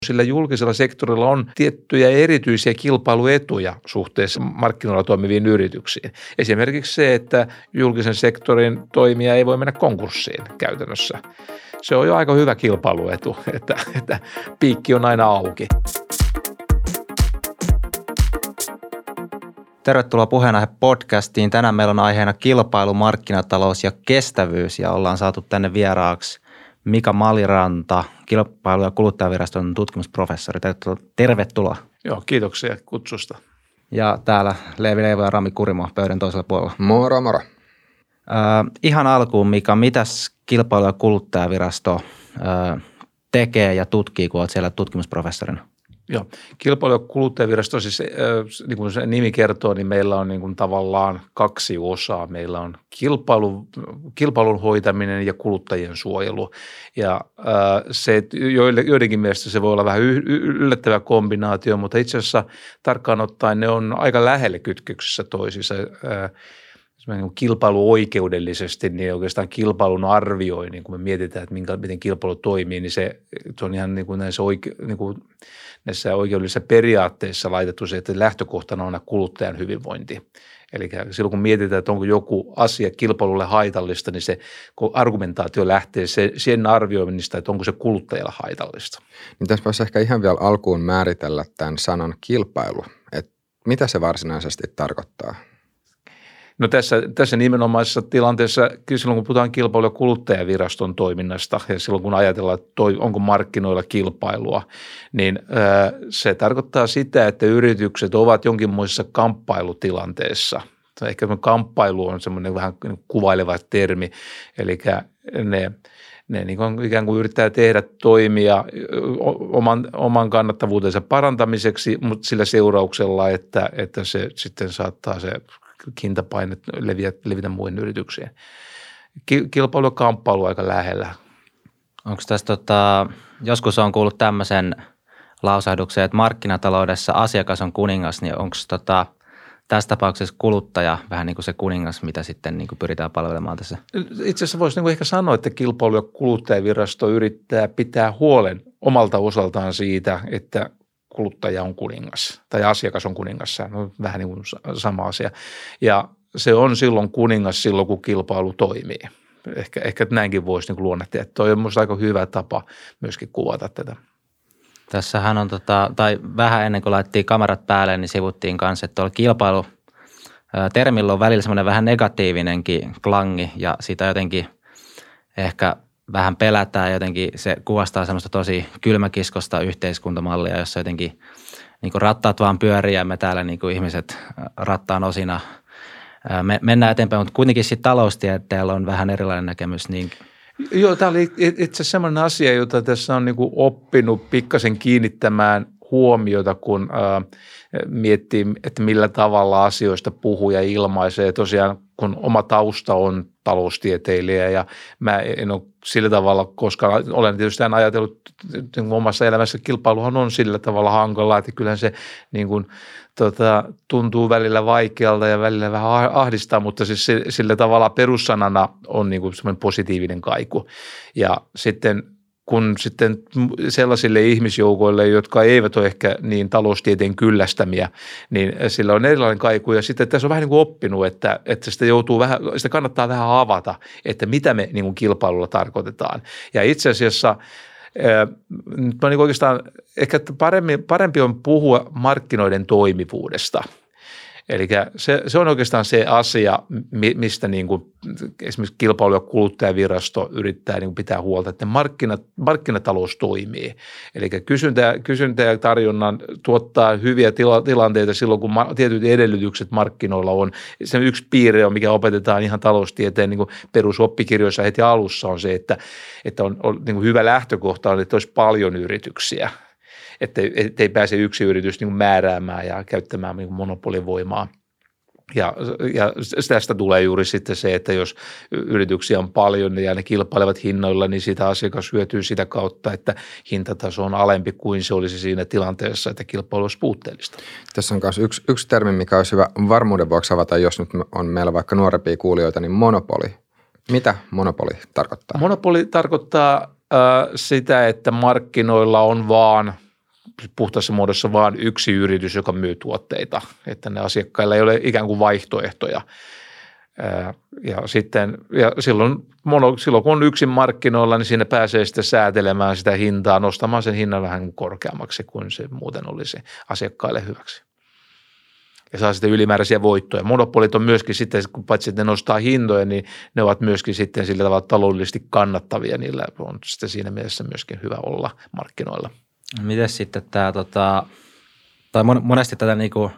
Sillä julkisella sektorilla on tiettyjä erityisiä kilpailuetuja suhteessa markkinoilla toimiviin yrityksiin. Esimerkiksi se, että julkisen sektorin toimija ei voi mennä konkurssiin käytännössä. Se on jo aika hyvä kilpailuetu, että piikki on aina auki. Tervetuloa Puheenaihe-podcastiin. Tänään meillä on aiheena kilpailu, markkinatalous ja kestävyys ja ollaan saatu tänne vieraaksi Mika Maliranta, Kilpailu- ja kuluttajaviraston tutkimusprofessori. Tervetuloa. Joo, kiitoksia kutsusta. Ja täällä Leevi Leivo ja Rami Kurimo pöydän toisella puolella. Moro, moro. Ihan alkuun, Mika, mitäs Kilpailu- ja kuluttajavirasto tekee ja tutkii, kun olet siellä tutkimusprofessorina? Joo, Kilpailu- ja kuluttajavirasto, siis niin kuin se nimi kertoo, niin meillä on niin kuin tavallaan kaksi osaa. Meillä on kilpailun hoitaminen ja kuluttajien suojelu. Ja se, joidenkin mielestä se voi olla vähän yllättävä kombinaatio, mutta itse asiassa tarkkaan ottaen ne on aika lähelle kytköksissä toisissa. Kilpailuoikeudellisesti, niin oikeastaan kilpailun arvioinnin, kun me mietitään, että miten kilpailu toimii, niin se on ihan niin kuin näissä oikeudellisissa periaatteissa laitettu se, että lähtökohtana on aina kuluttajan hyvinvointi. Eli silloin kun mietitään, että onko joku asia kilpailulle haitallista, niin se argumentaatio lähtee sen arvioinnista, että onko se kuluttajalle haitallista. Niin tässä voisi ehkä ihan vielä alkuun määritellä tämän sanan kilpailu, että mitä se varsinaisesti tarkoittaa? No tässä nimenomaisessa tilanteessa, silloin kun puhutaan kilpailu- ja kuluttajaviraston toiminnasta ja silloin kun ajatellaan, että onko markkinoilla kilpailua, niin se tarkoittaa sitä, että yritykset ovat jonkinmoisessa kamppailutilanteessa. Ehkä kamppailu on semmoinen vähän kuvaileva termi, eli ne niin kuin ikään kuin yrittää tehdä toimia oman kannattavuutensa parantamiseksi, mutta sillä seurauksella, että se sitten saattaa se hintapainet levitä muihin yrityksiin. Kilpailu ja kamppailu aika lähellä. Onko tässä joskus on kuullut tämmöisen lausahduksen, että markkinataloudessa asiakas on kuningas, niin onko tässä tapauksessa kuluttaja vähän niin kuin se kuningas, mitä sitten niin kuin pyritään palvelemaan tässä? Itse asiassa voisi ehkä sanoa, että Kilpailu- ja kuluttajavirasto yrittää pitää huolen omalta osaltaan siitä, että kuluttaja on kuningas tai asiakas on kuningas, se on vähän niin kuin sama asia. Ja se on silloin kuningas silloin, kun kilpailu toimii. Ehkä näinkin voisi niin luonnehtia, että toi on minusta aika hyvä tapa myöskin kuvata tätä. Tässähän on, tai vähän ennen kuin laitettiin kamerat päälle, niin sivuttiin kanssa, että tuolla kilpailutermillä on välillä semmoinen vähän negatiivinenkin klangi ja sitä jotenkin ehkä vähän pelätään, jotenkin se kuvastaa semmoista tosi kylmäkiskosta yhteiskuntamallia, jossa jotenkin niin kuin rattaat vaan pyörii ja me täällä niin kuin ihmiset rattaan osina mennään eteenpäin, mutta kuitenkin sitten taloustieteellä on vähän erilainen näkemys. Niin. Joo, tämä oli itse asiassa semmoinen asia, jota tässä on niin kuin oppinut pikkasen kiinnittämään huomiota, kun miettii, että millä tavalla asioista puhuu ja ilmaisee. Tosiaan, kun oma tausta on taloustieteilijä ja mä en ole sillä tavalla, koska olen tietysti ajatellut omassa elämässä, kilpailuhan on sillä tavalla hankalaa, että kyllähän se niin kuin, tuntuu välillä vaikealta ja välillä vähän ahdistaa, mutta siis sillä tavalla perussanana on niin kuin semmoinen positiivinen kaiku. Ja sitten kun sitten sellaisille ihmisjoukoille, jotka eivät ole ehkä niin taloustieteen kyllästämiä, niin sillä on erilainen kaiku. Ja sitten tässä on vähän niin kuin oppinut, että sitä kannattaa vähän avata, että mitä me niin kuin kilpailulla tarkoitetaan. Ja itse asiassa niin oikeastaan ehkä parempi on puhua markkinoiden toimivuudesta. Eli se on oikeastaan se asia, mistä niin kuin esimerkiksi Kilpailu- ja kuluttajavirasto yrittää niin kuin pitää huolta, että markkinatalous toimii. Eli kysyntä ja tarjonnan tuottaa hyviä tilanteita silloin, kun tietyt edellytykset markkinoilla on. Se yksi piirre on, mikä opetetaan ihan taloustieteen niin kuin perusoppikirjoissa heti alussa on se, että on niin kuin hyvä lähtökohta on, että olisi paljon yrityksiä. Ettei pääse yksi yritys niin kuin määräämään ja käyttämään niin kuin monopolivoimaa. Ja tästä tulee juuri sitten se, että jos yrityksiä on paljon ja ne kilpailevat hinnoilla, niin siitä asiakas hyötyy sitä kautta, että hintataso on alempi kuin se olisi siinä tilanteessa, että kilpailu olisi puutteellista. Tässä on myös yksi termi, mikä olisi hyvä varmuuden vuoksi avata, jos nyt on meillä vaikka nuorempia kuulijoita, niin monopoli. Mitä monopoli tarkoittaa? Monopoli tarkoittaa sitä, että markkinoilla on vaan puhtaassa muodossa vaan yksi yritys, joka myy tuotteita, että ne asiakkailla ei ole ikään kuin vaihtoehtoja. Ja silloin kun on yksin markkinoilla, niin siinä pääsee sitten säätelemään sitä hintaa, nostamaan sen hinnan vähän korkeammaksi kuin se muuten olisi asiakkaille hyväksi. Ja saa sitten ylimääräisiä voittoja. Monopolit on myöskin sitten, kun paitsi että ne nostaa hintoja, niin ne ovat myöskin sitten sillä tavalla taloudellisesti kannattavia. Niillä on sitten siinä mielessä myöskin hyvä olla markkinoilla. Miten sitten tämä, tai monesti tätä niinku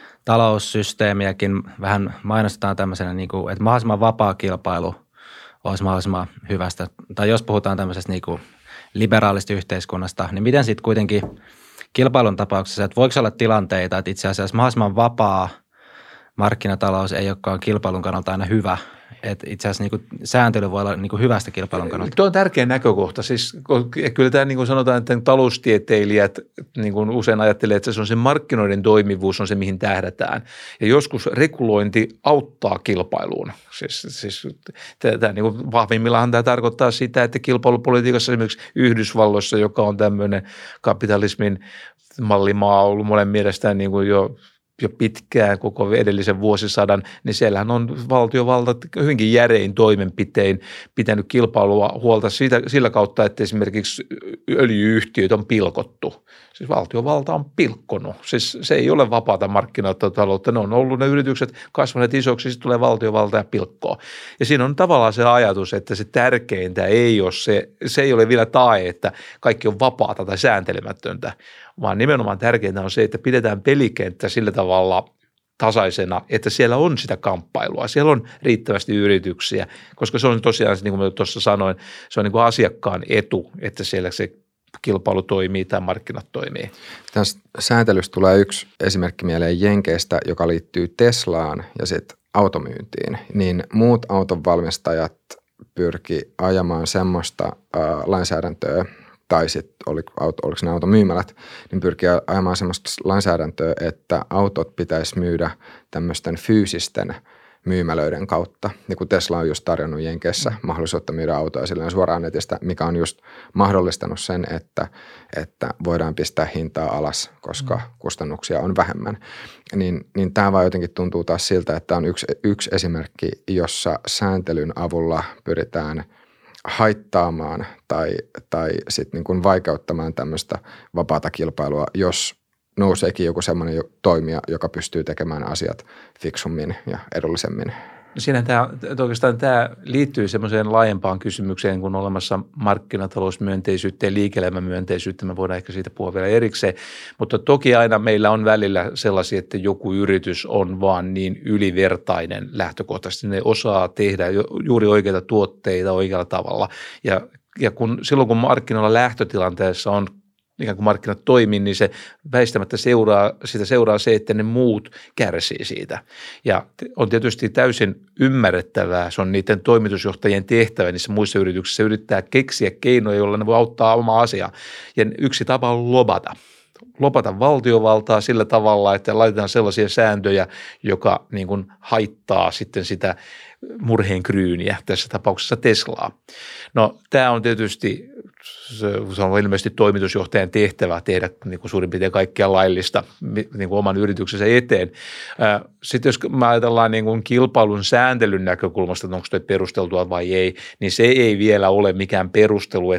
taloussysteemiäkin vähän mainostetaan tämmöisenä, niinku, että mahdollisimman vapaa kilpailu olisi mahdollisimman hyvästä. Tai jos puhutaan tämmöisestä niinku liberaalista yhteiskunnasta, niin miten sitten kuitenkin kilpailun tapauksessa, että voiko olla tilanteita, että itse asiassa mahdollisimman vapaa markkinatalous ei olekaan kilpailun kannalta aina hyvä. Että itse asiassa niin sääntely voi olla niin hyvästä kilpailun kannalta. Tuo on tärkeä näkökohta. Siis, kyllä tämä niin kuin sanotaan, että taloustieteilijät niin kuin usein ajattelee, että se on se markkinoiden toimivuus on se, mihin tähdätään. Ja joskus regulointi auttaa kilpailuun. Siis tämä, niin kuin vahvimmillaan tämä tarkoittaa sitä, että kilpailupolitiikassa esimerkiksi Yhdysvalloissa, joka on tämmöinen kapitalismin mallimaa ollut monen mielestään niin kuin jo pitkään koko edellisen vuosisadan, niin siellähän on valtiovalta hyvinkin järein toimenpitein pitänyt kilpailua huolta sillä kautta, että esimerkiksi öljy-yhtiöt on pilkottu. Siis valtiovalta on pilkkonut. Siis se ei ole vapaata markkinataloutta. Ne on ollut ne yritykset kasvaneet isoksi, sitten tulee valtiovalta ja pilkkoo. Ja siinä on tavallaan se ajatus, että se tärkeintä ei ole se ei ole vielä tae, että kaikki on vapaata tai sääntelemätöntä, vaan nimenomaan tärkeintä on se, että pidetään pelikenttä sillä tavalla tasaisena, että siellä on sitä kamppailua, siellä on riittävästi yrityksiä, koska se on tosiaan, niin kuin tuossa sanoin, se on niin kuin asiakkaan etu, että siellä se kilpailu toimii tai markkinat toimii. Tästä sääntelystä tulee yksi esimerkki mieleen Jenkeistä, joka liittyy Teslaan ja sitten automyyntiin, niin muut autonvalmistajat pyrki ajamaan semmoista lainsäädäntöä, tai sitten oliko ne automyymälät, niin pyrkii ajamaan semmoista lainsäädäntöä, että autot pitäisi myydä tämmöisten fyysisten myymälöiden kautta. Ja kun Tesla on just tarjonnut Jenkeissä mahdollisuutta myydä autoja silleen suoraan netistä, mikä on just mahdollistanut sen, että voidaan pistää hintaa alas, koska kustannuksia on vähemmän. Niin tämä vaan jotenkin tuntuu taas siltä, että on yksi esimerkki, jossa sääntelyn avulla pyritään haittaamaan tai sitten niin kuin vaikeuttamaan tämmöistä vapaata kilpailua, jos nouseekin joku semmoinen toimija, joka pystyy tekemään asiat fiksummin ja edullisemmin. Siinä oikeastaan tämä liittyy semmoiseen laajempaan kysymykseen, kun on olemassa markkinatalousmyönteisyyttä ja liike-elämämyönteisyyttä. Me voidaan ehkä siitä puhua vielä erikseen, mutta toki aina meillä on välillä sellaisia, että joku yritys on vaan niin ylivertainen lähtökohtaisesti. Ne osaa tehdä juuri oikeita tuotteita oikealla tavalla ja silloin kun markkinoilla lähtötilanteessa on ikään kuin markkinat toimii, niin se väistämättä seuraa se, että ne muut kärsii siitä. Ja on tietysti täysin ymmärrettävää, se on niiden toimitusjohtajien tehtävä niissä muissa yrityksissä yrittää keksiä keinoja, joilla ne voi auttaa omaa asiaa. Ja yksi tapa on lobata valtiovaltaa sillä tavalla, että laitetaan sellaisia sääntöjä, joka niin kuin haittaa sitten sitä murheenkryyniä, tässä tapauksessa Teslaa. No tämä on tietysti, se on ilmeisesti toimitusjohtajan tehtävä tehdä niin kuin suurin piirtein kaikkea laillista niin kuin oman yrityksensä eteen. Sitten jos me ajatellaan niin kuin kilpailun sääntelyn näkökulmasta, että onko se perusteltua vai ei, niin se ei vielä ole mikään perustelu,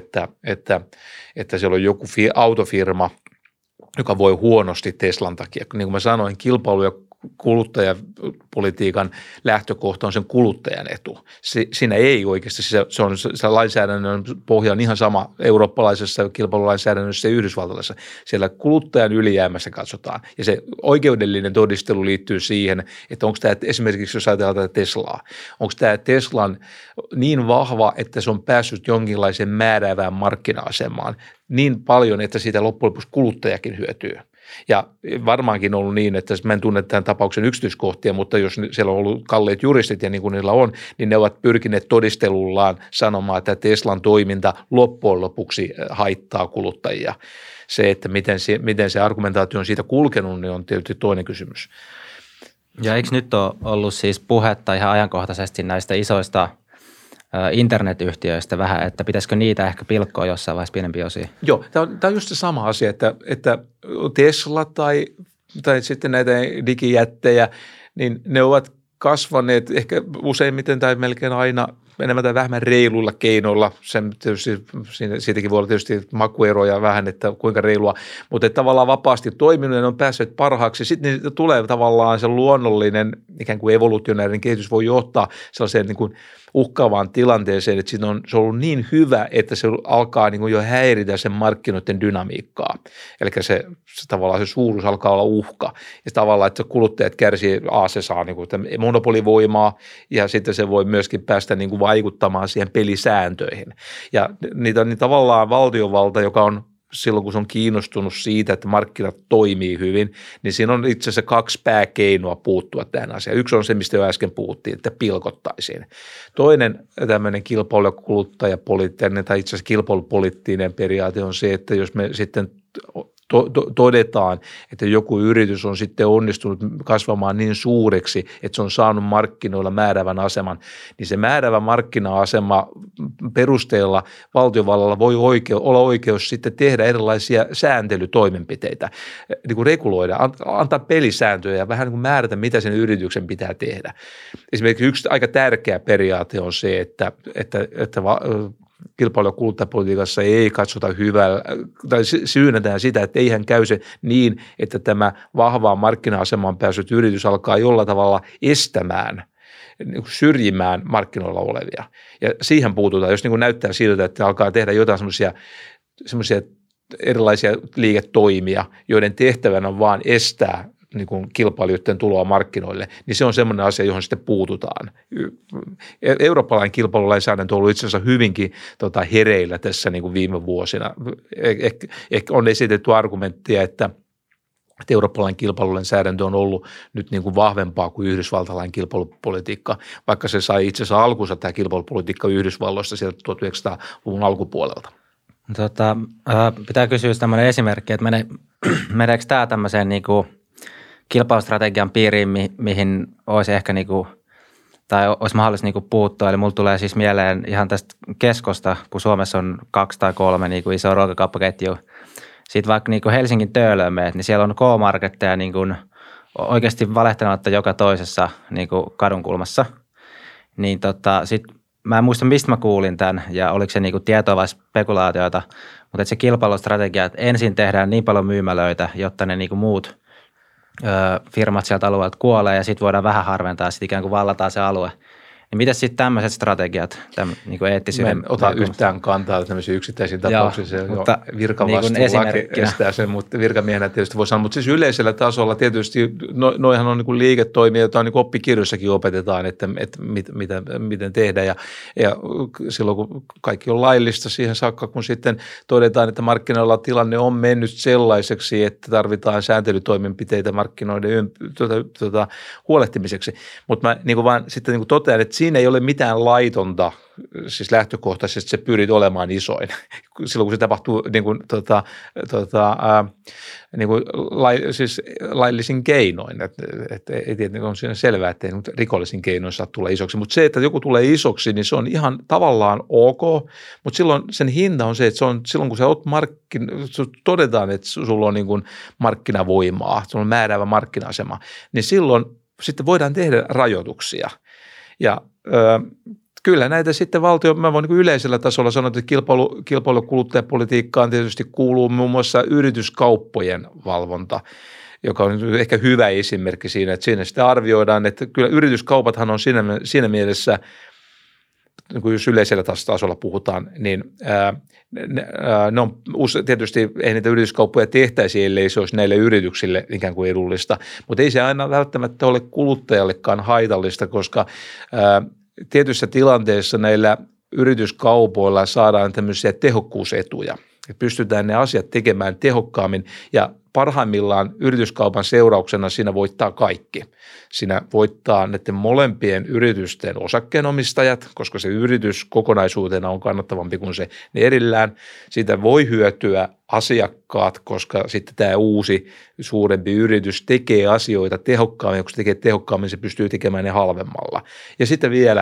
että siellä on joku autofirma, joka voi huonosti Teslan takia. Niin kuin mä sanoin, kilpailu ja kuluttajapolitiikan lähtökohta on sen kuluttajan etu. Siinä ei oikeasti, se lainsäädännön pohja on ihan sama eurooppalaisessa kilpailulainsäädännössä ja yhdysvaltalaisessa. Siellä kuluttajan ylijäämässä katsotaan ja se oikeudellinen todistelu liittyy siihen, että onko tämä esimerkiksi, jos ajatellaan tätä Teslaa, onko tämä Teslan niin vahva, että se on päässyt jonkinlaiseen määräävään markkina-asemaan niin paljon, että siitä loppujen lopuksi kuluttajakin hyötyy. Ja varmaankin on ollut niin, että mä en tunne tämän tapauksen yksityiskohtia, mutta jos siellä on ollut kalleet juristit ja niin kuin niillä on, niin ne ovat pyrkineet todistelullaan sanomaan, että Teslan toiminta loppujen lopuksi haittaa kuluttajia. Se, että miten se argumentaatio on siitä kulkenut, niin on tietysti toinen kysymys. Ja eikö nyt ole ollut siis puhetta ihan ajankohtaisesti näistä isoista internetyhtiöistä vähän, että pitäisikö niitä ehkä pilkkoa jossain vaiheessa pienempiä osia? Joo, tämä on just se sama asia, että Tesla tai sitten näitä digijättejä, niin ne ovat kasvaneet ehkä useimmiten tai melkein aina enemmän tai vähemmän reiluilla keinoilla. Sen tietysti, siitäkin voi olla tietysti makueroja vähän, että kuinka reilua, mutta tavallaan vapaasti toiminut ja ne on päässeet parhaaksi. Sitten tulee tavallaan se luonnollinen ikään kuin evolutionäärinen kehitys voi johtaa sellaiseen niin kuin uhkaavaan tilanteeseen, että se on ollut niin hyvä, että se alkaa niin kuin jo häiritä sen markkinoiden dynamiikkaa. Eli se tavallaan se suuruus alkaa olla uhka. Ja tavallaan, että kuluttajat kärsii, se saa niin kuin monopolivoimaa ja sitten se voi myöskin päästä niin kuin vaikuttamaan siihen pelisääntöihin. Ja niitä niin tavallaan valtiovalta, joka on silloin, kun se on kiinnostunut siitä, että markkinat toimii hyvin, niin siinä on itse asiassa 2 pääkeinoa puuttua tähän asiaan. Yksi on se, mistä jo äsken puhuttiin, että pilkottaisiin. Toinen tämmöinen kilpailu- ja kuluttajapoliittinen tai itse asiassa kilpailupoliittinen periaate on se, että jos me sitten todetaan, että joku yritys on sitten onnistunut kasvamaan niin suureksi, että se on saanut markkinoilla määräävän aseman, niin se määräävä markkina-asema perusteella valtiovallalla voi olla oikeus sitten tehdä erilaisia sääntelytoimenpiteitä, niin kuin reguloida, antaa pelisääntöjä ja vähän niin kuin määrätä, mitä sen yrityksen pitää tehdä. Esimerkiksi yksi aika tärkeä periaate on se, että kilpailu- ja kuluttajapolitiikassa ei katsota hyvällä, tai syynätään sitä, että eihän käy se niin, että tämä vahvaan markkina-asemaan päässyt yritys alkaa jollain tavalla estämään, syrjimään markkinoilla olevia. Ja siihen puututaan, jos niin kuin näyttää siltä, että alkaa tehdä jotain semmoisia erilaisia liiketoimia, joiden tehtävänä on vaan estää niin kuin kilpailijoiden tuloa markkinoille, niin se on semmoinen asia, johon sitten puututaan. Eurooppalainen kilpailulainsäädäntö on ollut itse asiassa hyvinkin hereillä tässä niin kuin viime vuosina. Ehkä on esitetty argumenttia, että eurooppalainen kilpailulainsäädäntö on ollut nyt niin kuin vahvempaa kuin yhdysvaltalainen kilpailupolitiikka, vaikka se sai itse asiassa alkunsa tämä kilpailupolitiikka Yhdysvalloista sieltä 1900-luvun alkupuolelta. Pitää kysyä tämmöinen esimerkki, että meneekö tämä tämmöiseen niin kuin kilpailustrategian piiriin, mihin olisi ehkä tai olisi mahdollista puuttua. Eli mulla tulee siis mieleen ihan tästä Keskosta, kun Suomessa on 2 tai 3 isoa ruokakauppaketjua. Sitten vaikka Helsingin Töölöön meet, niin siellä on K-marketteja oikeasti valehtelematta joka toisessa kadunkulmassa. Niin sitten mä en muista, mistä mä kuulin tämän ja oliko se tietoa vai spekulaatioita, mutta että se kilpailustrategia, että ensin tehdään niin paljon myymälöitä, jotta ne muut firmat sieltä alueelta kuolee ja sitten voidaan vähän harventaa ja sitten ikään kuin vallataan se alue. Niin miten sitten tämmöiset strategiat, eettisyyden? Mä en ota yhtään kantaa tämmöisiin yksittäisiin tapauksiin, mutta virkavastuulaki estää sen, mutta virkamiehenä tietysti voi sanoa, mutta siis yleisellä tasolla tietysti noihan on niin liiketoimia, joita niin oppikirjoissakin opetetaan, että miten tehdä ja silloin kun kaikki on laillista siihen saakka, kun sitten todetaan, että markkinoilla tilanne on mennyt sellaiseksi, että tarvitaan sääntelytoimenpiteitä markkinoiden huolehtimiseksi, mutta mä vaan sitten totean, että siinä ei ole mitään laitonta, siis lähtökohtaisesti se pyrit olemaan isoin. Silloin kun se tapahtuu siis laillisin keinoin, että ei tietenkin on siinä selvää, että ei rikollisin keinoin saa tulla isoksi, mutta se, että joku tulee isoksi, niin se on ihan tavallaan ok, mutta silloin sen hinta on se, että se on silloin kun sä oot todetaan, että sulla on markkinavoimaa, sulla on määräävä markkina-asema, niin silloin sitten voidaan tehdä rajoituksia. Ja kyllä näitä sitten mä voin yleisellä tasolla sanoa, että kilpailu- kuluttajapolitiikkaan tietysti kuuluu muun muassa yrityskauppojen valvonta, joka on ehkä hyvä esimerkki siinä, että siinä sitten arvioidaan, että kyllä yrityskaupathan on siinä mielessä, kun jos yleisellä tasolla puhutaan, niin ne on tietysti ei niitä yrityskauppoja tehtäisi, ellei se olisi näille yrityksille ikään kuin edullista, mutta ei se aina välttämättä ole kuluttajallekaan haitallista, koska tietyissä tilanteissa näillä yrityskaupoilla saadaan tämmöisiä tehokkuusetuja, että pystytään ne asiat tekemään tehokkaammin ja parhaimmillaan yrityskaupan seurauksena siinä voittaa kaikki. Siinä voittaa näiden molempien yritysten osakkeenomistajat, koska se yritys kokonaisuutena on kannattavampi kuin se ne erillään. Siitä voi hyötyä asiakkaat, koska sitten tämä uusi suurempi yritys tekee asioita tehokkaammin, ja kun se tekee tehokkaammin, se pystyy tekemään ne halvemmalla. Ja sitten vielä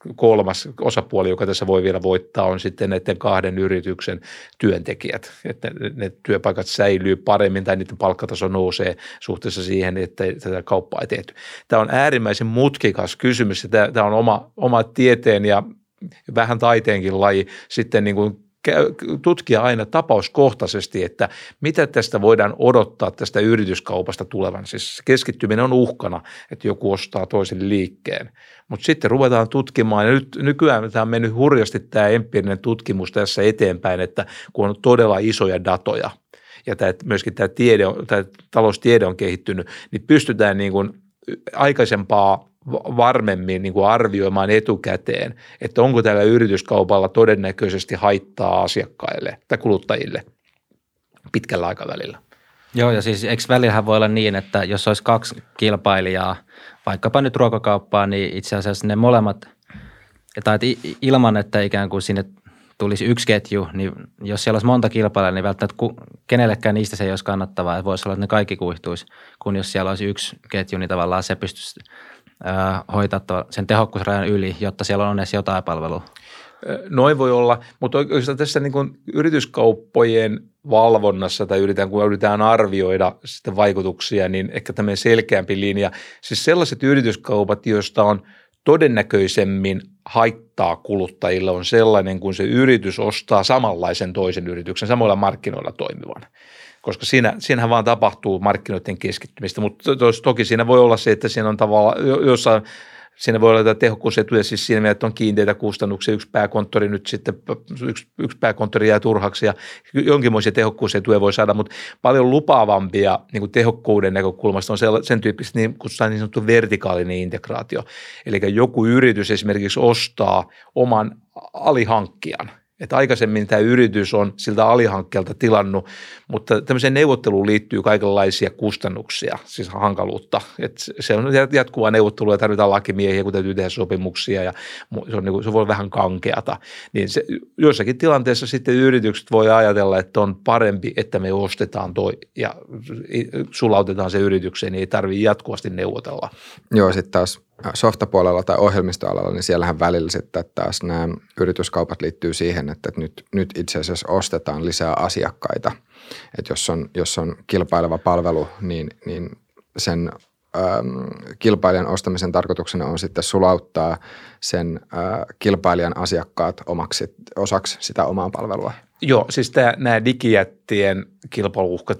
kolmas osapuoli, joka tässä voi vielä voittaa, on sitten näiden kahden yrityksen työntekijät, että ne työpaikat säilyy paremmin tai niiden palkkataso nousee suhteessa siihen, että tätä kauppaa ei tehty. Tämä on äärimmäisen mutkikas kysymys ja tämä on oma tieteen ja vähän taiteenkin laji sitten niin kuin tutkia aina tapauskohtaisesti, että mitä tästä voidaan odottaa tästä yrityskaupasta tulevan. Siis keskittyminen on uhkana, että joku ostaa toisen liikkeen. Mutta sitten ruvetaan tutkimaan, ja nykyään tämä on mennyt hurjasti tämä empiirinen tutkimus tässä eteenpäin, että kun on todella isoja datoja, ja myöskin tämä taloustiede on kehittynyt, niin pystytään niin kuin aikaisempaa varmemmin niin kuin arvioimaan etukäteen, että onko tällä yrityskaupalla todennäköisesti haittaa asiakkaille tai kuluttajille pitkällä aikavälillä. Joo, ja siis eikö välillähän voi olla niin, että jos olisi kaksi kilpailijaa, vaikkapa nyt ruokakauppaa, niin itse asiassa ne molemmat, tai ilman, että ikään kuin sinne tulisi yksi ketju, niin jos siellä olisi monta kilpailijaa, niin välttämättä kenellekään niistä se ei olisi kannattavaa, että voisi olla, että ne kaikki kuihtuisi, kun jos siellä olisi yksi ketju, niin tavallaan se pystyisi hoitaa sen tehokkuusrajan yli, jotta siellä on edes jotain palvelua. Noin voi olla, mutta oikeastaan tässä niin kuin yrityskauppojen valvonnassa tai kun yritetään arvioida sitten vaikutuksia, niin ehkä tämmöinen selkeämpi linja. Siis sellaiset yrityskaupat, joista on todennäköisemmin haittaa kuluttajille, on sellainen, kun se yritys ostaa samanlaisen toisen yrityksen samoilla markkinoilla toimivan. Koska siinähän vaan tapahtuu markkinoiden keskittymistä, mutta toki siinä voi olla se, että siinä on tavallaan jossain, siinä voi olla jotain tehokkuusetuja siis siinä mielessä, että on kiinteitä kustannuksia, yksi pääkonttori nyt sitten, yksi pääkonttori jää turhaksi ja jonkinmoisia tehokkuusetuja voi saada, mutta paljon lupaavampia niin kuin tehokkuuden näkökulmasta on sen tyyppistä, niin kutsutaan niin sanottu vertikaalinen integraatio. Eli joku yritys esimerkiksi ostaa oman alihankkijan. Että aikaisemmin tämä yritys on siltä alihankkijalta tilannut, mutta tämmöiseen neuvotteluun liittyy kaikenlaisia kustannuksia, siis hankaluutta. Että se on jatkuvaa neuvottelua ja tarvitaan lakimiehiä, kun täytyy tehdä sopimuksia ja se voi vähän kankeata. Niin joissakin tilanteissa sitten yritykset voi ajatella, että on parempi, että me ostetaan ja sulautetaan se yritykseen, niin ei tarvitse jatkuvasti neuvotella. Joo, sitten taas softapuolella tai ohjelmistoalalla, niin siellähän välillä sitten taas nämä yrityskaupat liittyy siihen, että nyt itse asiassa ostetaan lisää asiakkaita. Että jos on kilpaileva palvelu, niin sen kilpailijan ostamisen tarkoituksena on sitten sulauttaa sen kilpailijan asiakkaat osaksi sitä omaa palvelua. Joo, siis nämä digijättien kilpailuuhka,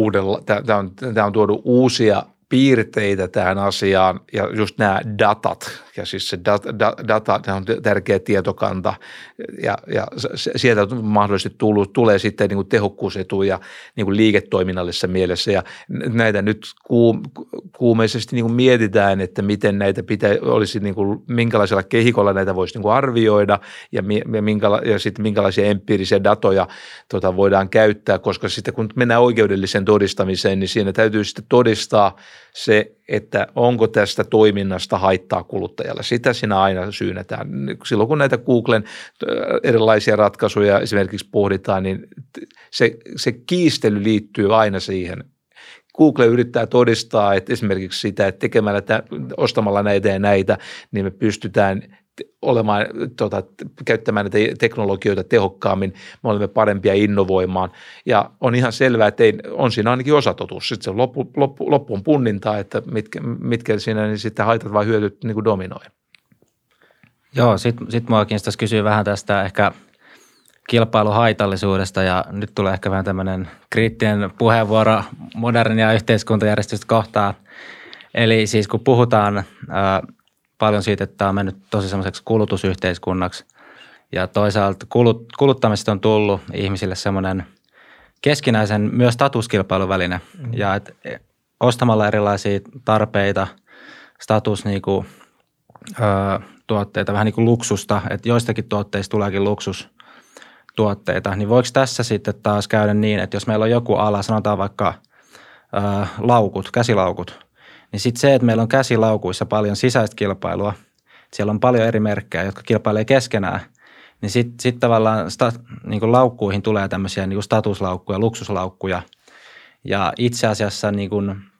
tämä on tuonut uusia piirteitä tähän asiaan ja just nämä datat ja siis se data on tärkeä tietokanta ja sieltä mahdollisesti tulee sitten niin kuin tehokkuusetuja niin kuin liiketoiminnallisessa mielessä ja näitä nyt kuumeisesti niin kuin mietitään, että miten näitä olisi niin kuin, minkälaisella kehikolla näitä voisi niin kuin arvioida ja sitten minkälaisia empiirisiä datoja voidaan käyttää, koska sitten kun mennään oikeudelliseen todistamiseen, niin siinä täytyy sitten todistaa se, että onko tästä toiminnasta haittaa kuluttajalle. Sitä siinä aina syynätään. Silloin kun näitä Googlen erilaisia ratkaisuja esimerkiksi pohditaan, niin se kiistely liittyy aina siihen. Google yrittää todistaa, että esimerkiksi sitä, että ostamalla näitä ja näitä, niin me pystytään käyttämään näitä teknologioita tehokkaammin, me olemme parempia innovoimaan ja on ihan selvää, että on siinä ainakin osatotuus. Sitten se loppu on punnintaa, että mitkä siinä niin sitten haitat vai hyötyt niin kuin dominoi. Joo, sit mua kiinnostaisi kysyä vähän tästä ehkä kilpailuhaitallisuudesta ja nyt tulee ehkä vähän tämmöinen kriittinen puheenvuoro modernia yhteiskuntajärjestystä kohtaan. Eli siis kun puhutaan paljon siitä, että tämä on mennyt tosi semmoiseksi kulutusyhteiskunnaksi ja toisaalta kuluttamisesta on tullut ihmisille semmoinen keskinäisen myös statuskilpailuväline ja että ostamalla erilaisia tarpeita, tuotteita, vähän niin kuin luksusta, että joistakin tuotteista tuleekin luksustuotteita, niin voiko tässä sitten taas käydä niin, että jos meillä on joku ala, sanotaan vaikka käsilaukut, niin sitten se, että meillä on käsilaukuissa paljon sisäistä kilpailua, siellä on paljon eri merkkejä, jotka kilpailee keskenään, niin sitten tavallaan niin kuin laukkuihin tulee tämmöisiä niin kuin statuslaukkuja, luksuslaukkuja. Ja itse asiassa niin kuin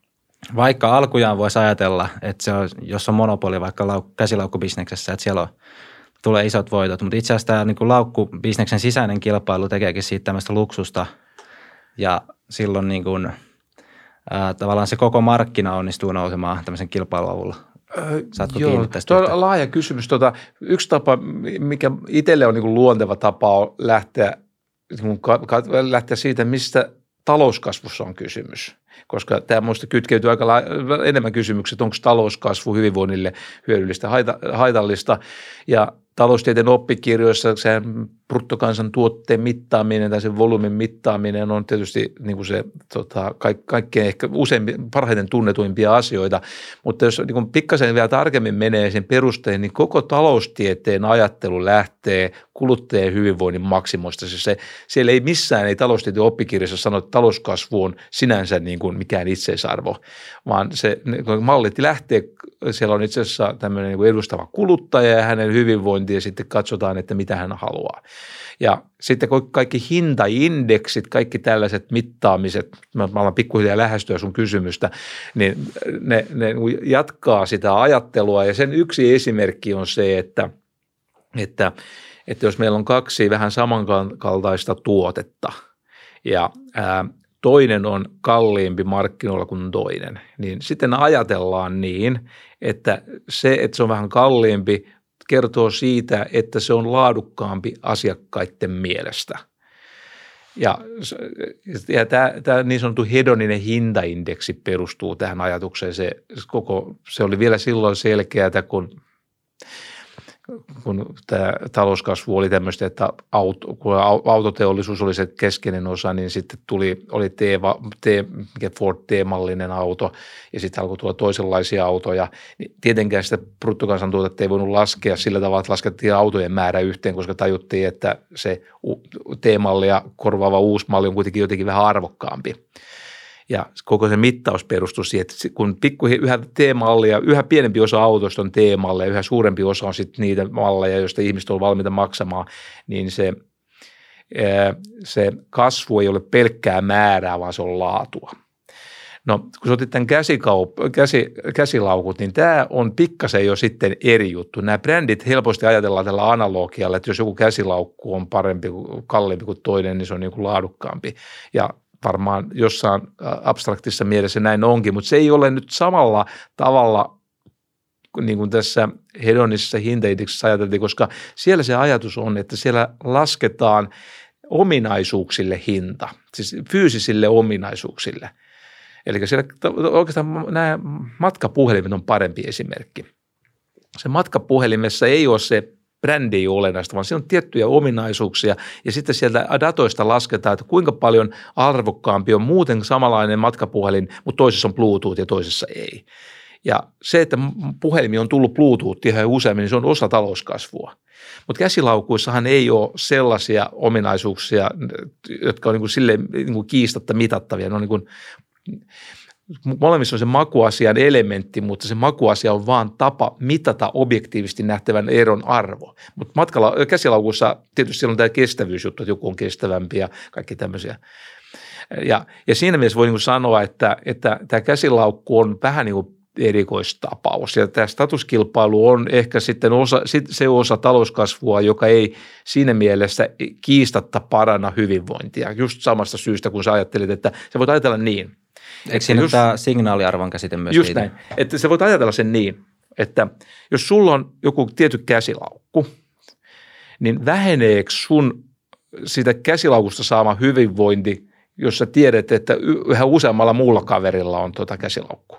Vaikka alkujaan voisi ajatella, että se on, jos on monopoli vaikka käsilaukkubisneksessä, että siellä tulee isot voitot, mutta itse asiassa tämä niin kuin laukkubisneksen sisäinen kilpailu tekeekin siitä tämmöistä luksusta ja silloin niin kuin, tavallaan se koko markkina onnistuu nousemaan tämmöisen kilpailun avulla. Saatko kiinni tästä? Tuo on laaja kysymys. Yksi tapa, mikä itselle on niin kuin luonteva tapa on lähteä siitä, mistä talouskasvussa on kysymys. Koska tämä minusta kytkeytyy aika enemmän kysymykset, onko talouskasvu hyvinvoinnille hyödyllistä, haitallista. Ja taloustieteen oppikirjoissa se bruttokansantuotteen mittaaminen tai sen volyymin mittaaminen on tietysti niin kuin se kaikkein ehkä parhaiten tunnetuimpia asioita, mutta jos niin kuin pikkasen vielä tarkemmin menee sen perusteen, niin koko taloustieteen ajattelu lähtee kuluttajien hyvinvoinnin maksimoista. Siellä ei missään taloustieteen oppikirjassa sano, että talouskasvu on sinänsä niin kuin mikään itseisarvo, vaan se mallit lähtee, siellä on itse asiassa tämmöinen niin kuin edustava kuluttaja ja hänen hyvinvointi ja sitten katsotaan, että mitä hän haluaa. Ja sitten kaikki hintaindeksit, kaikki tällaiset mittaamiset, mä alan pikkuhiljaa lähestyä sun kysymystä, niin ne jatkaa sitä ajattelua ja sen yksi esimerkki on se, että jos meillä on kaksi vähän samankaltaista tuotetta ja toinen on kalliimpi markkinoilla kuin toinen, niin sitten ajatellaan niin, että se on vähän kalliimpi, kertoo siitä, että se on laadukkaampi asiakkaiden mielestä. Ja tämä niin sanottu hedoninen hintaindeksi perustuu tähän ajatukseen. Se oli vielä silloin selkeää, kun tämä talouskasvu oli tämmöistä, että kun autoteollisuus oli se keskeinen osa, niin sitten oli Ford T-mallinen auto ja sitten alkoi tulla toisenlaisia autoja. Niin tietenkään sitä bruttokansantuotetta ei voinut laskea sillä tavalla, että laskettiin autojen määrä yhteen, koska tajuttiin, että se T-mallia korvaava uusi malli on kuitenkin jotenkin vähän arvokkaampi. Ja koko se mittaus perustuu siihen, että kun yhä T-mallia, yhä pienempi osa autoista on T-malleja, yhä suurempi osa on sitten niitä malleja, joista ihmiset on valmiita maksamaan, niin se kasvu ei ole pelkkää määrää, vaan se on laatua. No, kun sä otit tämän käsilaukut, niin tämä on pikkasen jo sitten eri juttu. Nämä brändit helposti ajatellaan tällä analogialla, että jos joku käsilaukku on parempi, kalliimpi kuin toinen, niin se on niin kuin laadukkaampi. Ja varmaan jossain abstraktissa mielessä näin onkin, mutta se ei ole nyt samalla tavalla niin kuin tässä hedonisessa hintaindeksissä ajateltiin, koska siellä se ajatus on, että siellä lasketaan ominaisuuksille hinta, siis fyysisille ominaisuuksille. Eli siellä oikeastaan nämä matkapuhelimet on parempi esimerkki. Se matkapuhelimessa ei ole se brändi ei ole olennaista, vaan siinä on tiettyjä ominaisuuksia ja sitten sieltä datoista lasketaan, että kuinka paljon arvokkaampi on muuten samanlainen matkapuhelin, mutta toisessa on Bluetooth ja toisessa ei. Ja se, että puhelimi on tullut Bluetoothia yhä useammin, niin se on osa talouskasvua. Mutta käsilaukuissahan ei ole sellaisia ominaisuuksia, jotka on niin kuin silleen niin kuin kiistatta mitattavia. Ne on niin kuin, molemmissa on se makuasian elementti, mutta se makuasia on vaan tapa mitata objektiivisesti nähtävän eron arvo. Mutta käsilaukussa tietysti siellä on tämä kestävyysjuttu, että joku on kestävämpi ja kaikki tämmöisiä. Ja siinä mielessä voi niin kuin sanoa, että tämä käsilaukku on vähän niin kuin erikoistapaus. Ja tämä statuskilpailu on ehkä sitten se osa talouskasvua, joka ei siinä mielessä kiistatta paranna hyvinvointia. Just samasta syystä, kun sä ajattelit, että sä voit ajatella niin. Eikö siinä tämä signaaliarvon käsite myös just näin, että sä voit ajatella sen niin, että jos sulla on joku tietty käsilaukku, niin väheneekö sun sitä käsilaukusta saama hyvinvointi, jos sä tiedät, että yhä useammalla muulla kaverilla on käsilaukku.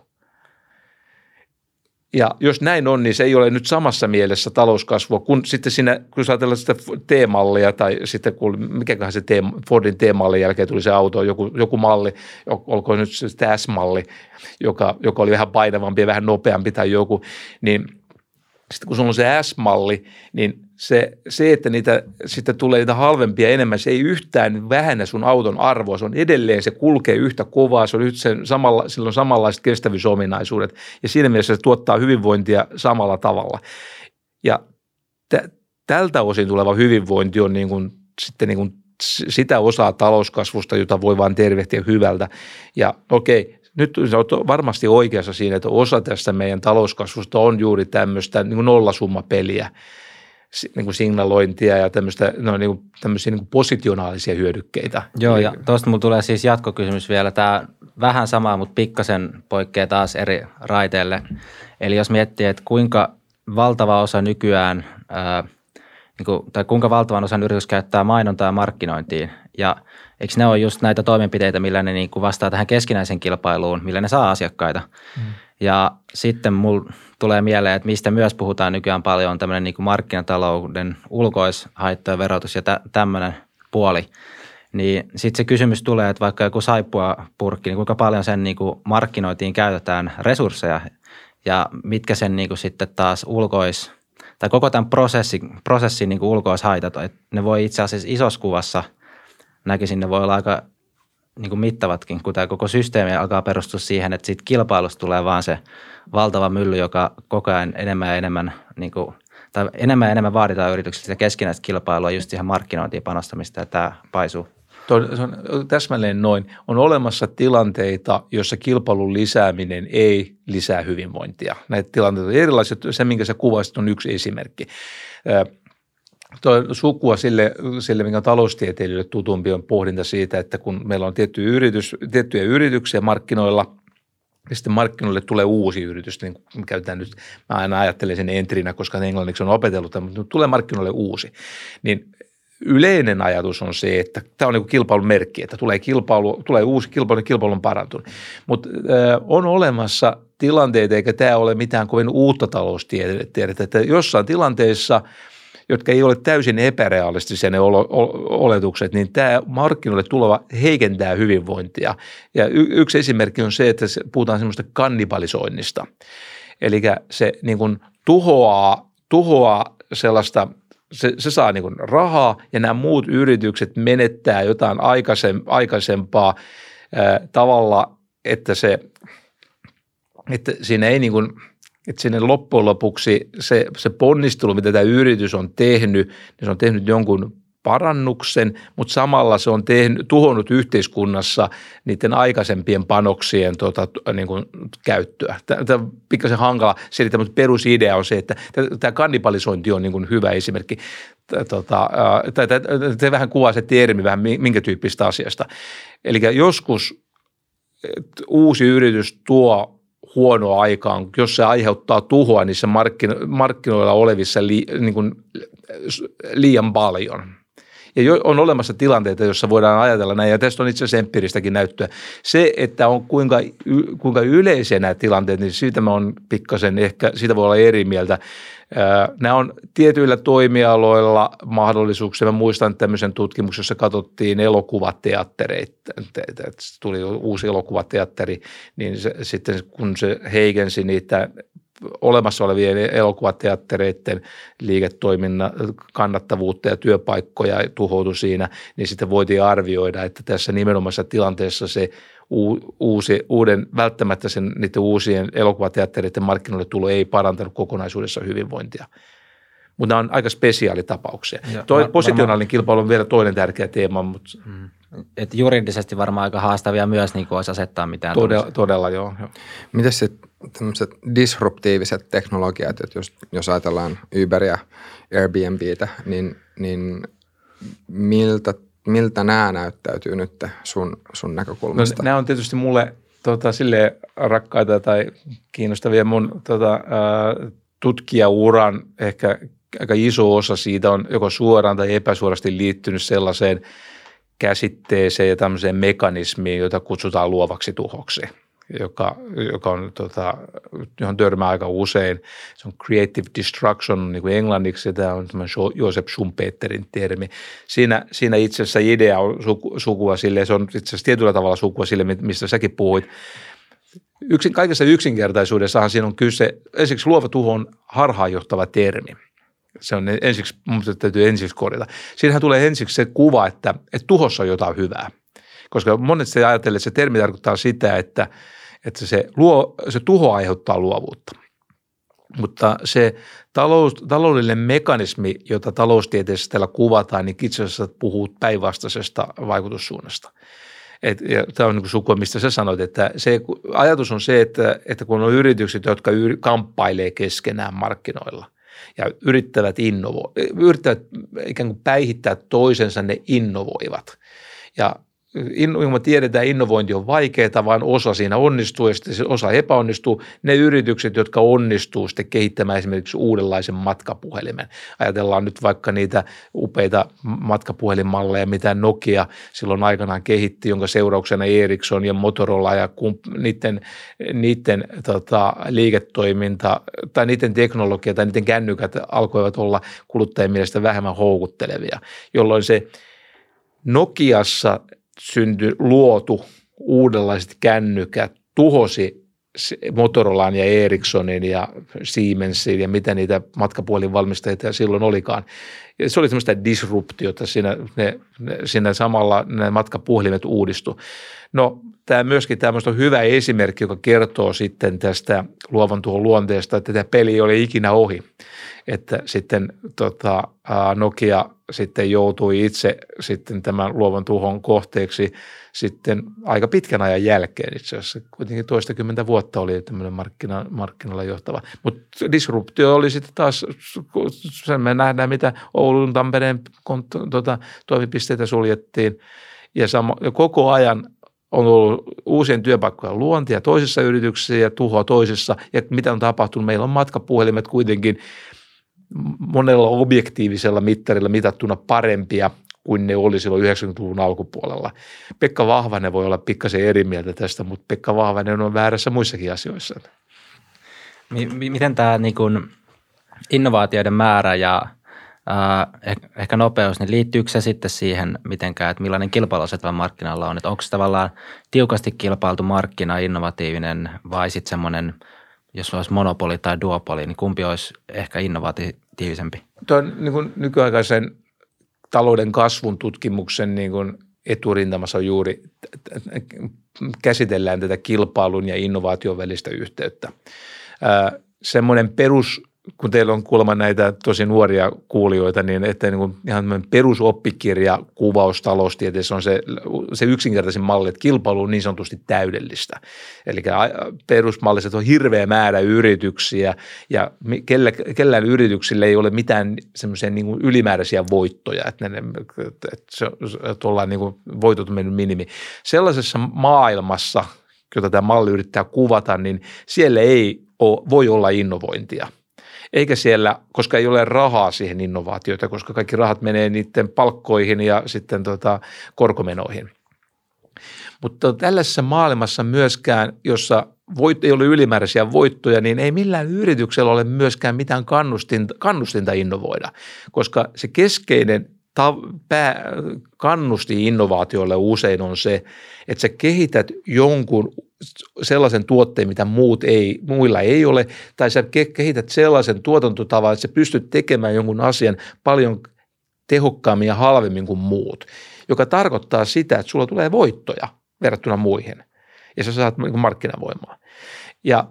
Ja jos näin on, niin se ei ole nyt samassa mielessä talouskasvua, kun sitten siinä, kun sä ajatellaan sitä T-mallia tai sitten mikäköhän se Fordin T-mallin jälkeen tuli se auto, joku malli, olkoon nyt se S-malli, joka oli vähän painavampi ja vähän nopeampi tai joku, niin sitten kun sulla on se S-malli, niin se, että sitten tulee niitä halvempia enemmän, se ei yhtään vähennä sun auton arvoa, se on edelleen, se kulkee yhtä kovaa, sillä on samanlaiset kestävyysominaisuudet ja siinä mielessä se tuottaa hyvinvointia samalla tavalla. Ja tältä osin tuleva hyvinvointi on sitten sitä osaa talouskasvusta, jota voi vaan tervehtiä hyvältä. Ja okei, nyt olet varmasti oikeassa siinä, että osa tästä meidän talouskasvusta on juuri tämmöistä niin kuin nollasummapeliä, niin kuin signalointia ja tämmöisiä niin kuin positionaalisia hyödykkeitä. Joo, ja tuosta mulla tulee siis jatkokysymys vielä. Tämä vähän sama, mutta pikkasen poikkeaa taas eri raiteille. Eli jos miettii, että kuinka valtava osa nykyään, tai kuinka valtavan osan yritys käyttää mainontaa ja markkinointiin, ja eikö ne ole just näitä toimenpiteitä, millä ne niin kuin vastaa tähän keskinäisen kilpailuun, millä ne saa asiakkaita. Ja sitten mulla tulee mieleen, että mistä myös puhutaan nykyään paljon, on tämmöinen niin kuin markkinatalouden ulkoishaittojen verotus ja tämmöinen puoli. Niin sitten se kysymys tulee, että vaikka joku saippuapurkki, niin kuinka paljon sen niin kuin markkinointiin käytetään resursseja ja mitkä sen niin kuin sitten taas tai koko tämän prosessin niin kuin ulkoishaitat, että ne voi itse asiassa isossa kuvassa, näkisin, ne voi olla aika niin kuin mittavatkin, kun tämä koko systeemi alkaa perustua siihen, että siitä kilpailusta tulee vaan se valtava mylly, joka koko ajan enemmän ja enemmän, niin kuin, tai enemmän ja enemmän vaaditaan yrityksistä keskinäistä kilpailua just siihen markkinointiin panostamista, ja tämä paisuu. Se on täsmälleen noin. On olemassa tilanteita, joissa kilpailun lisääminen ei lisää hyvinvointia. Näitä tilanteita on erilaisia. Se, minkä sä kuvasit, on yksi esimerkki. Tuo sukua sille, mikä on taloustieteilijöille tutumpi, on pohdinta siitä, että kun meillä on tiettyjä yrityksiä markkinoilla, ja sitten markkinoille tulee uusi yritys, niin käytetään nyt, mä aina ajattelen sen entrinä, koska englanniksi on opetellut, mutta tulee markkinoille uusi, niin yleinen ajatus on se, että tämä on niin kuin kilpailun merkki, että tulee uusi kilpailu on parantunut, mutta on olemassa tilanteita, eikä tämä ole mitään kovin uutta taloustiedettä, että jossain tilanteissa, jotka ei ole täysin epärealistisia ne oletukset, niin tämä markkinoille tuleva heikentää hyvinvointia. Ja yksi esimerkki on se, että puhutaan semmoista kannibalisoinnista. Eli se niin kuin tuhoaa sellaista, se saa niin kuin rahaa ja nämä muut yritykset menettää jotain aikaisempaa tavalla, että siinä ei niin kuin, että sinne loppujen lopuksi se ponnistelu, mitä tämä yritys on tehnyt, niin se on tehnyt jonkun parannuksen, mutta samalla se on tuhonnut yhteiskunnassa niiden aikaisempien panoksien niin kuin käyttöä. Tämä on pikkasen hankala selittää, mutta perusidea on se, että tämä kannibalisointi on niin kuin hyvä esimerkki. Tämä vähän kuvaa se termi vähän minkä tyyppistä asiasta. Eli joskus uusi yritys tuo huonoa aikaan, jos se aiheuttaa tuhoa niissä markkinoilla olevissa niin kuin liian paljon. Ja on olemassa tilanteita, joissa voidaan ajatella näin, ja tästä on itse asiassa empiiristäkin näyttöä. Se, että on kuinka yleisiä nämä tilanteet, niin siitä mä oon pikkasen ehkä, siitä voi olla eri mieltä. Nämä on tietyillä toimialoilla mahdollisuuksia. Mä muistan tämmöisen tutkimuksen, jossa katsottiin elokuvateattereita. Tuli uusi elokuvateatteri, niin sitten kun se heikensi niitä olemassa olevien elokuvateattereiden liiketoiminnan kannattavuutta ja työpaikkoja tuhoutui siinä, niin sitten voitiin arvioida, että tässä nimenomaisessa tilanteessa se välttämättä niiden uusien elokuvateattereiden markkinoille tulo ei parantanut kokonaisuudessa hyvinvointia. Mutta nämä on aika spesiaalitapauksia. Positionaalinen kilpailu on vielä toinen tärkeä teema. Mutta et juridisesti varmaan aika haastavia myös, niin kuin olisi asettaa mitään. Todella joo. Miten sitten tämmöiset disruptiiviset teknologiat, että jos ajatellaan Uber ja Airbnbtä, niin miltä nämä näyttäytyy nyt sun näkökulmasta? No, nämä on tietysti mulle silleen rakkaita tai kiinnostavia. Mun tutkijauran ehkä aika iso osa siitä on joko suoraan tai epäsuorasti liittynyt sellaiseen käsitteeseen ja tämmöiseen mekanismiin, jota kutsutaan luovaksi tuhoksi, joka on, johon törmää aika usein. Se on creative destruction niin kuin englanniksi, tämä on Joseph Schumpeterin termi. Siinä itse asiassa idea on sukua sille, se on itse asiassa tietyllä tavalla sukua sille, mistä säkin puhuit. Kaikessa yksinkertaisuudessahan siinä on kyse, ensiksi luova tuho on harhaanjohtava termi. Se on mun täytyy ensiksi korjata. Siinähän tulee ensiksi se kuva, että tuhossa on jotain hyvää, koska monesti ajattelee, että se termi tarkoittaa sitä, että se tuho aiheuttaa luovuutta. Mutta se taloudellinen mekanismi, jota taloustieteessä täällä kuvataan, niin itse asiassa puhuu päinvastaisesta vaikutussuunnasta. Ja tämä on niin sukua, mistä sä sanoit, että se ajatus on se, että kun on yritykset, jotka kamppailee keskenään markkinoilla ja yrittävät ikään kuin päihittää toisensa, ne innovoivat. Ja me tiedetään, että innovointi on vaikeaa, vaan osa siinä onnistuu ja sitten osa epäonnistuu. Ne yritykset, jotka onnistuu sitten kehittämään esimerkiksi uudenlaisen matkapuhelimen. Ajatellaan nyt vaikka niitä upeita matkapuhelinmalleja, mitä Nokia silloin aikanaan kehitti, jonka seurauksena Ericsson ja Motorola ja niiden liiketoiminta tai niiden teknologia tai niiden kännykät alkoivat olla kuluttajien mielestä vähemmän houkuttelevia, jolloin se Nokiassa luotu uudenlaiset kännykät tuhosi Motorolan ja Ericssonin ja Siemensin ja mitä niitä matkapuhelinvalmistajia silloin olikaan. Ja se oli semmoista disruptiota, siinä samalla ne matkapuhelimet uudistu. No tämä myöskin tämmöistä on hyvä esimerkki, joka kertoo sitten tästä luovan tuhon luonteesta, että tämä peli ei ole ikinä ohi. Että sitten Nokia sitten joutui itse sitten tämän luovan tuhon kohteeksi sitten aika pitkän ajan jälkeen itse asiassa. Kuitenkin 20 vuotta oli tämmöinen markkinoilla johtava. Mutta disruptio oli sitten taas, me nähdään mitä Oulun, Tampereen toimipisteitä suljettiin ja koko ajan on ollut uusien työpaikkojen luontia toisissa yrityksissä ja tuhoa toisissa. Ja mitä on tapahtunut? Meillä on matkapuhelimet kuitenkin monella objektiivisella mittarilla mitattuna parempia kuin ne oli silloin 90-luvun alkupuolella. Pekka Vahvanen voi olla pikkasen eri mieltä tästä, mutta Pekka Vahvanen on väärässä muissakin asioissa. Miten tämä niin kuin innovaatioiden määrä ja ehkä nopeus, niin liittyykö se sitten siihen mitenkään, että millainen kilpailuasetelma markkinalla on? Että onko se tavallaan tiukasti kilpailtu markkina innovatiivinen vai sitten semmoinen, jos olisi monopoli tai duopoli, niin kumpi olisi ehkä innovatiivisempi? Tuo on niin kuin nykyaikaisen talouden kasvun tutkimuksen niin kuin eturintamassa on juuri, käsitellään tätä kilpailun ja innovaation välistä yhteyttä. Semmoinen kun teillä on kuulemma näitä tosi nuoria kuulijoita, niin että niin kuin ihan perusoppikirja kuvaus taloustieteessä on se yksinkertaisin malli, että kilpailu on niin sanotusti täydellistä. Eli perusmalliset on hirveä määrä yrityksiä ja kellään yrityksillä ei ole mitään semmoisia niin kuin ylimääräisiä voittoja, että ollaan niin kuin voitot on mennyt minimi. Sellaisessa maailmassa, jota tämä malli yrittää kuvata, niin siellä ei voi olla innovointia. Eikä siellä, koska ei ole rahaa siihen innovaatioita, koska kaikki rahat menee niiden palkkoihin ja sitten korkomenoihin. Mutta tällaisessa maailmassa myöskään, jossa ei ole ylimääräisiä voittoja, niin ei millään yrityksellä ole myöskään mitään kannustinta innovoida, koska se keskeinen kannusti innovaatioille usein on se, että sä kehität jonkun sellaisen tuotteen, mitä muilla ei ole, tai sä kehität sellaisen tuotantotavan, että sä pystyt tekemään jonkun asian paljon tehokkaammin ja halvemmin kuin muut, joka tarkoittaa sitä, että sulla tulee voittoja verrattuna muihin, ja sä saat markkinavoimaa. Ja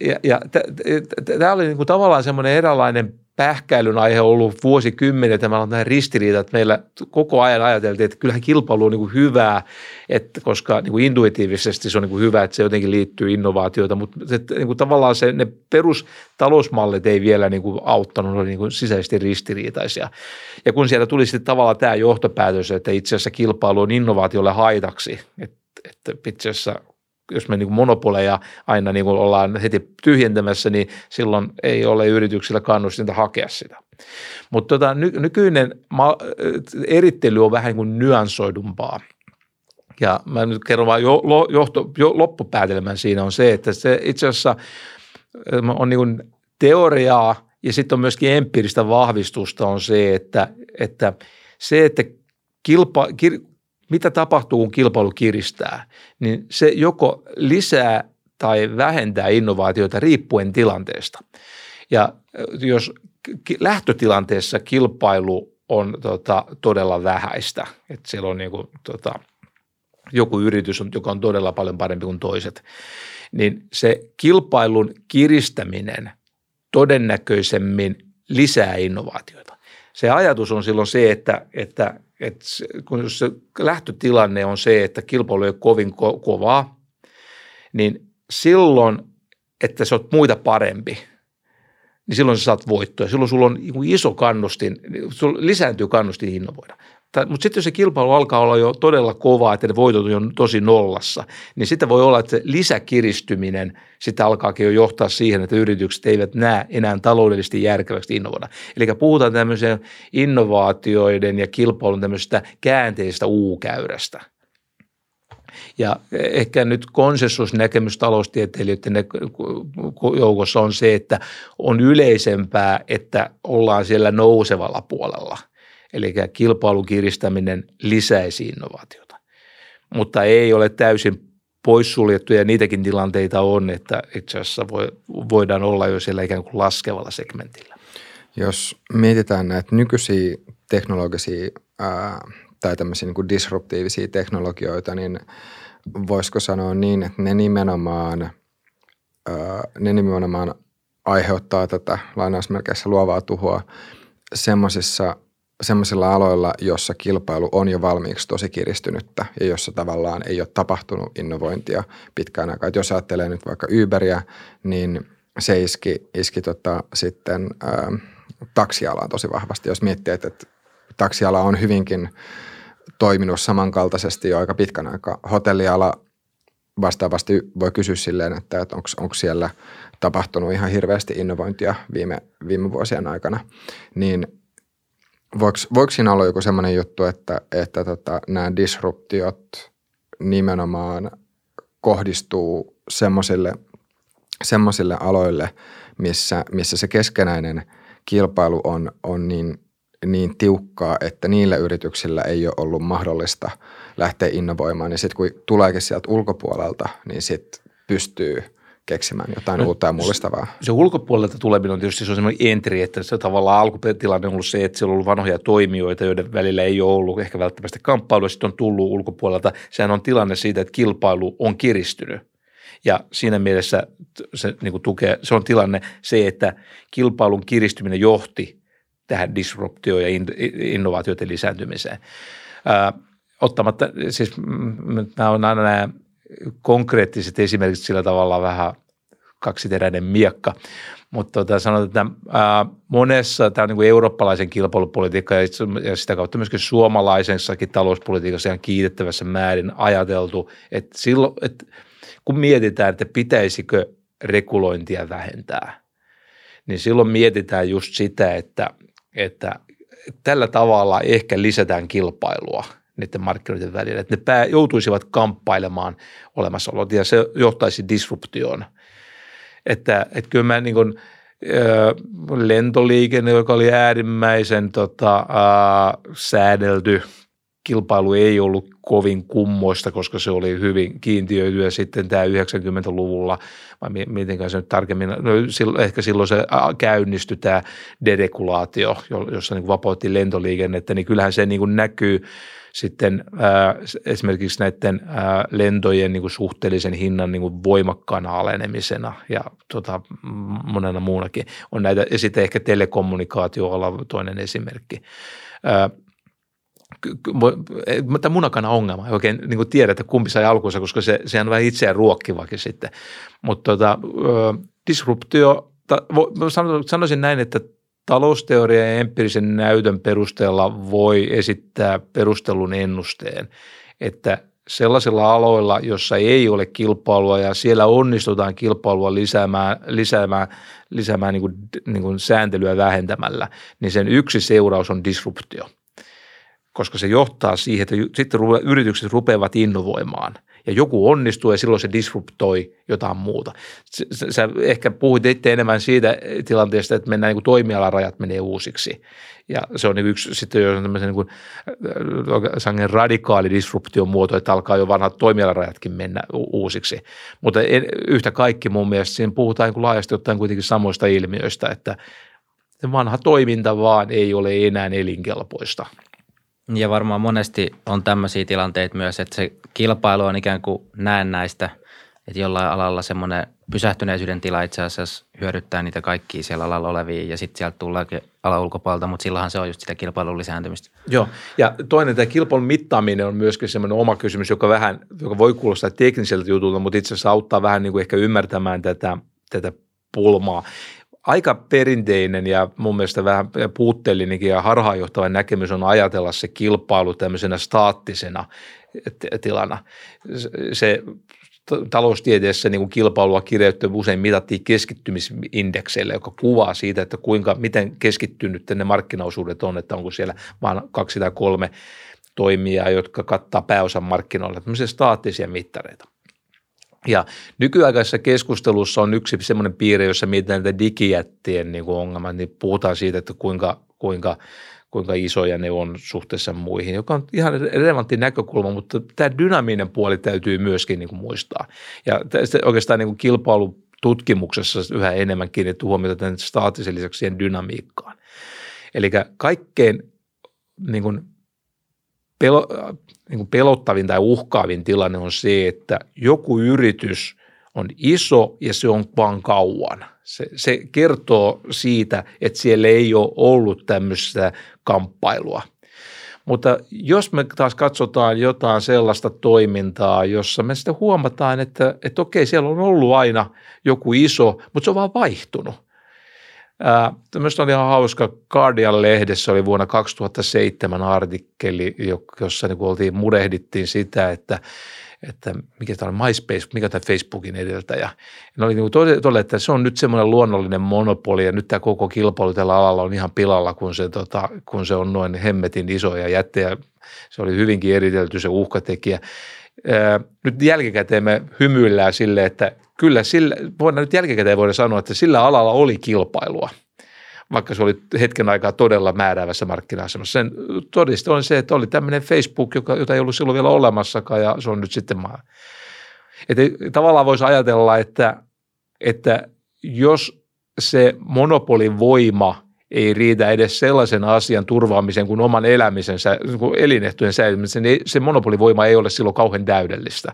tämä oli niin kuin tavallaan semmoinen eräänlainen pähkäilyn aihe ollut vuosikymmenet, ja meillä on tähän ristiriita, että meillä koko ajan ajateltiin, että kyllähän kilpailu on niin kuin hyvää, että koska niin kuin intuitiivisesti se on niin kuin hyvä, että se jotenkin liittyy innovaatioita, mutta niin kuin tavallaan ne perustalousmallit ei vielä niin kuin auttanut, oli niin kuin sisäisesti ristiriitaisia. Ja kun sieltä tuli sitten tavallaan tämä johtopäätös, että itse asiassa kilpailu on innovaatiolle haitaksi, että itse asiassa jos me niin kuin monopoleja aina niin kuin ollaan heti tyhjentämässä, niin silloin ei ole yrityksillä kannustinta hakea sitä. Mutta nykyinen erittely on vähän niin kuin nyansoidumpaa. Ja mä nyt kerron vaan loppupäätelmän siinä on se, että se itse asiassa on niin kuin teoriaa ja sitten on myöskin empiiristä vahvistusta on se, että mitä tapahtuu, kun kilpailu kiristää, niin se joko lisää tai vähentää innovaatioita riippuen tilanteesta. Ja jos lähtötilanteessa kilpailu on todella vähäistä, että siellä on niin kuin, joku yritys, joka on todella paljon parempi kuin toiset, niin se kilpailun kiristäminen todennäköisemmin lisää innovaatioita. Se ajatus on silloin se, että kun se lähtötilanne on se, että kilpailu ei ole kovin kovaa, niin silloin, että sä oot muita parempi, niin silloin sä saat voittoa. Silloin sulla on iso kannustin, sulla lisääntyy kannustin innovoida. Mutta sitten jos se kilpailu alkaa olla jo todella kovaa, että ne voitot on tosi nollassa, niin sitten voi olla, että se lisäkiristyminen sitten alkaakin jo johtaa siihen, että yritykset eivät näe enää taloudellisesti järkevästi innovoida. Eli puhutaan tämmöisen innovaatioiden ja kilpailun tämmöisestä käänteistä U-käyrästä. Ja ehkä nyt konsensusnäkemys taloustieteilijöiden joukossa on se, että on yleisempää, että ollaan siellä nousevalla puolella. Eli kilpailun kiristäminen lisäisi innovaatiota, mutta ei ole täysin poissuljettu ja niitäkin tilanteita on, että itse asiassa voidaan olla jo siellä ikään kuin laskevalla segmentillä. Jos mietitään näitä nykyisiä teknologisia tai tämmöisiä niin kuin disruptiivisia teknologioita, niin voisiko sanoa niin, että ne nimenomaan aiheuttaa tätä lainausmerkeissä luovaa tuhoa semmoisilla aloilla, jossa kilpailu on jo valmiiksi tosi kiristynyttä ja jossa tavallaan ei ole tapahtunut innovointia pitkään aikaa. Et jos ajattelee nyt vaikka Uberia, niin se iski sitten taksialaan tosi vahvasti. Jos miettii, että taksiala on hyvinkin toiminut samankaltaisesti jo aika pitkän aikaa. Hotelliala vastaavasti voi kysyä silleen, että onko siellä tapahtunut ihan hirveästi innovointia viime vuosien aikana, niin voiko siinä olla joku semmoinen juttu, että nämä disruptiot nimenomaan kohdistuu semmoisille aloille, missä se keskenäinen kilpailu on niin tiukkaa, että niillä yrityksillä ei ole ollut mahdollista lähteä innovoimaan. Ja sitten kun tuleekin sieltä ulkopuolelta, niin sitten pystyy keksimään jotain uutta ja mullistavaa. Se ulkopuolelta tuleminen on tietysti semmoinen entry, että se tavallaan alkutilanne on ollut se, että siellä on ollut vanhoja toimijoita, joiden välillä ei ole ollut ehkä välttämättä kamppailua, sitten on tullut ulkopuolelta. Sehän on tilanne siitä, että kilpailu on kiristynyt. Ja siinä mielessä se, niin kuin tukee, se on tilanne se, että kilpailun kiristyminen johti tähän disruptioon ja innovaatioiden lisääntymiseen. Ottamatta, siis nämä on aina nämä konkreettiset esimerkit sillä tavalla vähän kaksiteräinen miekka, mutta sanotaan, että monessa tämä on niin kuin eurooppalaisen kilpailupolitiikka ja sitä kautta myöskin suomalaisessakin talouspolitiikassa ihan kiitettävässä määrin ajateltu, että silloin, että kun mietitään, että pitäisikö regulointia vähentää, niin silloin mietitään just sitä, että tällä tavalla ehkä lisätään kilpailua niiden markkinoiden välillä, että ne joutuisivat kamppailemaan olemassaolot ja se johtaisi disruptioon. Että kyllä mä niin kuin, lentoliikenne, joka oli äärimmäisen säädelty, kilpailu ei ollut kovin kummoista, koska se oli hyvin kiintiöityä sitten tämä 90-luvulla, vai mitenkään se nyt tarkemmin, ehkä silloin se käynnistyi tämä deregulaatio, jossa niin vapautti lentoliikennettä, niin kyllähän se niin kuin näkyy sitten esimerkiksi näiden lentojen niin kuin suhteellisen hinnan niin kuin voimakkaana alenemisena ja monena muunakin on näitä, ja sitten ehkä telekommunikaatioala toinen esimerkki. Tämä munakana ongelma, ei oikein niin kuin tiedä, että kumpi sai alkuunsa, koska se on vähän itseään ruokkivakin sitten, mutta disruptio, sanoisin näin, että talousteoria ja empiirisen näytön perusteella voi esittää perustelun ennusteen, että sellaisilla aloilla, jossa ei ole kilpailua ja siellä onnistutaan kilpailua lisäämään niin kuin sääntelyä vähentämällä, niin sen yksi seuraus on disruptio, koska se johtaa siihen, että sitten yritykset rupeavat innovoimaan ja joku onnistuu ja silloin se disruptoi jotain muuta. Sä ehkä puhuit itse enemmän siitä tilanteesta, että mennään niin kuin toimialarajat menee uusiksi ja se on niin yksi sitten jo tämmöisen niin kuin sangen radikaali disruption muoto, että alkaa jo vanhat toimialarajatkin mennä uusiksi, mutta yhtä kaikki mun mielestä siinä puhutaan niin kuin laajasti ottaen kuitenkin samoista ilmiöistä, että se vanha toiminta vaan ei ole enää elinkelpoista. Ja varmaan monesti on tämmöisiä tilanteita myös, että se kilpailu on ikään kuin näennäistä että jollain alalla semmoinen pysähtyneisyyden tila itse asiassa hyödyttää niitä kaikkia siellä alalla olevia ja sitten sieltä tullaankin alan ulkopuolelta, mutta silloinhan se on just sitä kilpailun lisääntymistä. Joo, ja toinen tämä kilpailun mittaaminen on myöskin semmoinen oma kysymys, joka voi kuulostaa tekniseltä jutulta, mutta itse asiassa auttaa vähän niin kuin ehkä ymmärtämään tätä pulmaa. Aika perinteinen ja mun mielestä vähän puutteellinenkin ja harhaanjohtava näkemys on ajatella se kilpailu tämmöisenä staattisena tilana. Se taloustieteessä niin kuin kilpailua kirjoittaa usein mitattiin keskittymisindekseillä, joka kuvaa siitä, että miten keskittynyt ne markkinaosuudet on, että onko siellä vain 2 tai 3 toimijaa, jotka kattaa pääosan markkinoilla, tämmöisiä staattisia mittareita. Ja nykyaikaisessa keskustelussa on yksi semmoinen piirre, jossa mietitään näitä digijättien niin kuin ongelmat, niin puhutaan siitä, että kuinka isoja ne on suhteessa muihin, joka on ihan relevantti näkökulma, mutta tämä dynaaminen puoli täytyy myöskin niin kuin muistaa. Ja oikeastaan niin kuin kilpailututkimuksessa yhä enemmän kiinnitetty huomiota tämän staattisen lisäksi siihen dynamiikkaan. Eli kaikkein niin kuin pelottavin tai uhkaavin tilanne on se, että joku yritys on iso ja se on vaan kauan. Se kertoo siitä, että siellä ei ole ollut tämmöistä kamppailua. Mutta jos me taas katsotaan jotain sellaista toimintaa, jossa me sitten huomataan, että okei, siellä on ollut aina joku iso, mutta se on vaan vaihtunut. Tämmöistä oli ihan hauska. Guardian-lehdessä oli vuonna 2007 artikkeli, jossa niin murehdittiin sitä, että mikä tämä on MySpace, mikä tämä Facebookin edeltäjä. Ne oli niin todella, että se on nyt semmoinen luonnollinen monopoli ja nyt tämä koko kilpailu tällä alalla on ihan pilalla, kun se on noin hemmetin isoja jättejä. Se oli hyvinkin eritelty se uhkatekijä. Nyt jälkikäteen me hymyillään silleen, että kyllä nyt jälkikäteen voidaan sanoa, että sillä alalla oli kilpailua, vaikka se oli hetken aikaa todella määräävässä markkina-asemassa. Sen todiste on se, että oli tämmöinen Facebook, jota ei ollut silloin vielä olemassakaan ja se on nyt sitten Että tavallaan voisi ajatella, että jos se monopolin voima ei riitä edes sellaisen asian turvaamiseen kuin oman elämisensä, elinehtojen säilymisen, niin se monopolivoima ei ole silloin kauhean täydellistä.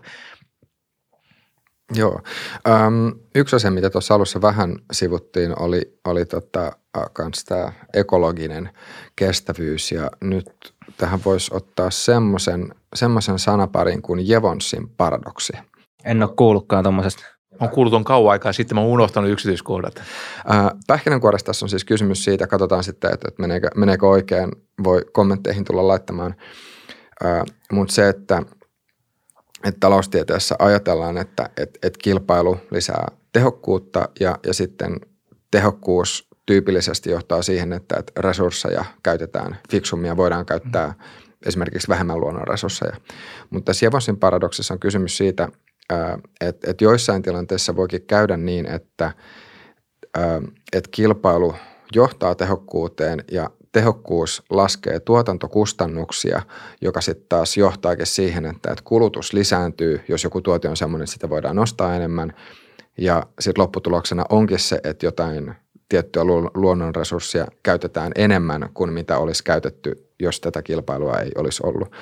Joo. Yksi asia, mitä tuossa alussa vähän sivuttiin, oli kans tämä ekologinen kestävyys ja nyt tähän voisi ottaa semmoisen sanaparin kuin Jevonsin paradoksi. En ole kuullutkaan tuommoisesta. Olen kuullut on kauan aikaa, sitten mä oon unohtanut yksityiskohdat. Pähkinänkuoressa tässä on siis kysymys siitä, katsotaan sitten, että meneekö oikein, voi kommentteihin tulla laittamaan, mutta se, että taloustieteessä ajatellaan, että kilpailu lisää tehokkuutta ja sitten tehokkuus tyypillisesti johtaa siihen, että resursseja käytetään fiksummin ja voidaan käyttää esimerkiksi vähemmän luonnon resursseja. Mutta tässä Jevonsin paradoksissa on kysymys siitä, että joissain tilanteissa voikin käydä niin, että kilpailu johtaa tehokkuuteen ja tehokkuus laskee tuotantokustannuksia, joka sitten taas johtaakin siihen, että kulutus lisääntyy, jos joku tuote on sellainen, että sitä voidaan nostaa enemmän. Ja sitten lopputuloksena onkin se, että jotain tiettyä luonnonresurssia käytetään enemmän kuin mitä olisi käytetty, jos tätä kilpailua ei olisi ollut.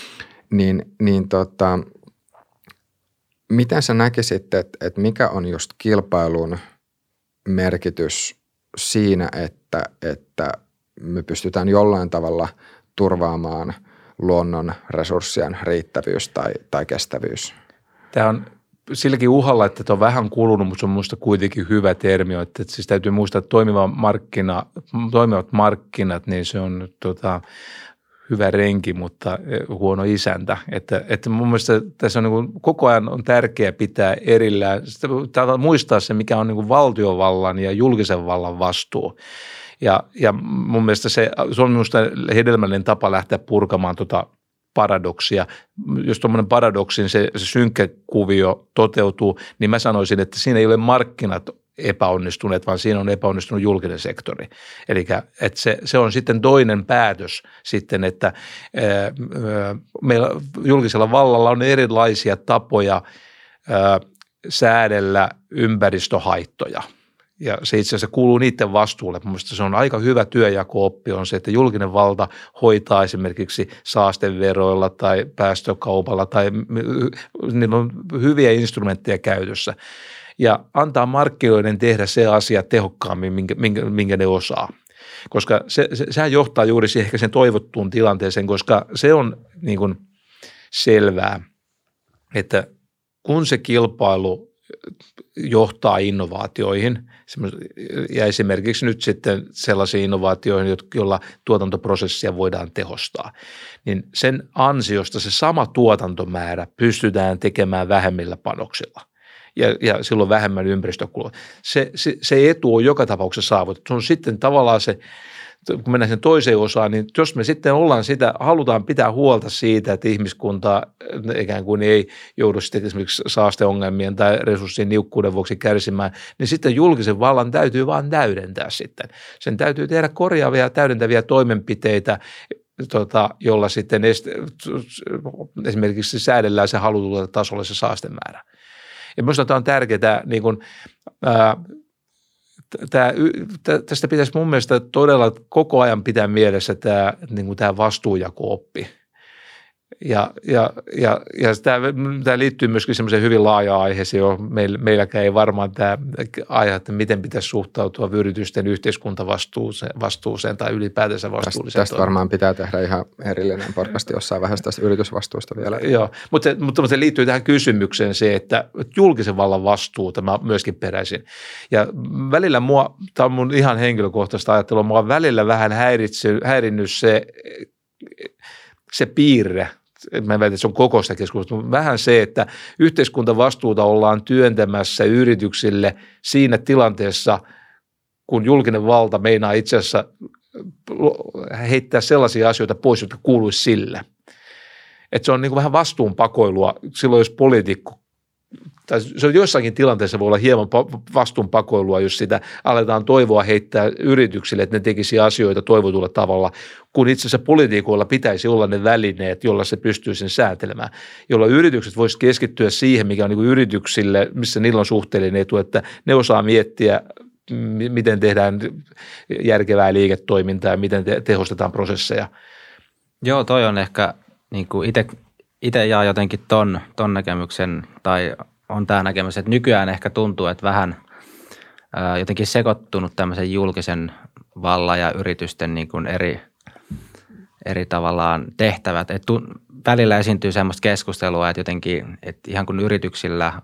Miten sä näkisit, että mikä on just kilpailun merkitys siinä, että me pystytään jollain tavalla turvaamaan luonnon resurssien riittävyys tai kestävyys? Tämä on silläkin uhalla, että tämä on vähän kulunut, mutta se on minusta kuitenkin hyvä termi, että siis täytyy muistaa, että toimivat markkinat, niin se on hyvä renki, mutta huono isäntä. Että mun mielestä tässä on niin kuin, koko ajan on tärkeää pitää erillään, muistaa se, mikä on niin kuin valtiovallan ja julkisen vallan vastuu. Ja mun mielestä se on minusta hedelmällinen tapa lähteä purkamaan paradoksia. Jos tuommoinen paradoksin se synkkä kuvio toteutuu, niin mä sanoisin, että siinä ei ole markkinat epäonnistuneet, vaan siinä on epäonnistunut julkinen sektori. Eli että se on sitten toinen päätös sitten, että meillä julkisella vallalla on erilaisia tapoja säädellä ympäristöhaittoja. Ja se itse asiassa kuuluu niiden vastuulle. Mielestäni se on aika hyvä työjako-oppi on se, että julkinen valta hoitaa esimerkiksi saasteveroilla tai päästökaupalla tai niillä on hyviä instrumentteja käytössä. Ja antaa markkinoiden tehdä se asia tehokkaammin, minkä ne osaa. Koska sehän johtaa juuri ehkä sen toivottuun tilanteeseen, koska se on niin kuin selvää, että kun se kilpailu johtaa innovaatioihin ja esimerkiksi nyt sitten sellaisiin innovaatioihin, joilla tuotantoprosessia voidaan tehostaa, niin sen ansiosta se sama tuotantomäärä pystytään tekemään vähemmillä panoksilla ja silloin vähemmän ympäristökulua. Se etu on joka tapauksessa saavutettu. Se on sitten tavallaan se, kun mennään sen toiseen osaan, niin jos me sitten halutaan pitää huolta siitä, että ihmiskunta ikään kuin ei joudu sitten esimerkiksi saasteongelmien tai resurssien niukkuuden vuoksi kärsimään, niin sitten julkisen vallan täytyy vaan täydentää sitten. Sen täytyy tehdä korjaavia ja täydentäviä toimenpiteitä, jolla sitten esimerkiksi säädellään se halutulle tasolle se saastemäärä. Ja minusta tämä on tärkeää, niin kuin, tästä pitäisi mun mielestä todella koko ajan pitää mielessä tämä vastuunjako-oppi. Ja tämä liittyy myöskin semmoiseen hyvin laajaan aiheeseen, meilläkään ei varmaan tämä aihe, että miten pitäisi suhtautua yritysten yhteiskuntavastuuseen tai ylipäätänsä vastuulliseen. Tästä varmaan pitää tehdä ihan erillinen podcast jossain vaiheessa tästä yritysvastuusta vielä. Joo, mutta se liittyy tähän kysymykseen se, että julkisen vallan vastuu tämä myöskin peräisin. Ja välillä tämä on mun ihan henkilökohtaista ajattelua, mua on välillä vähän häirinnyt se piirre, mä väitän, että se on koko sitä keskustelua, mutta vähän se, että yhteiskuntavastuuta ollaan työntämässä yrityksille siinä tilanteessa, kun julkinen valta meinaa itse asiassa heittää sellaisia asioita pois, jotka kuuluisi sille. Että se on niin kuin vähän vastuunpakoilua silloin, jos poliitikko, tai se on joissakin tilanteissa voi olla hieman vastuunpakoilua, jos sitä aletaan toivoa heittää yrityksille, että ne tekisi asioita toivotulla tavalla, kun itse asiassa poliitikoilla pitäisi olla ne välineet, joilla se pystyy sen säätelemään, jolla yritykset voisivat keskittyä siihen, mikä on niin kuin yrityksille, missä niillä on suhteellinen etu, että ne osaa miettiä, miten tehdään järkevää liiketoimintaa ja miten tehostetaan prosesseja. Joo, toi on ehkä niin kuin itse jaa jotenkin ton näkemyksen, tai on tämä näkemys, että nykyään ehkä tuntuu, että vähän jotenkin sekoittunut tämmöisen julkisen vallan ja yritysten niin kuin eri tavallaan tehtävät. Että välillä esiintyy semmoista keskustelua, että jotenkin, että ihan kun yrityksiltä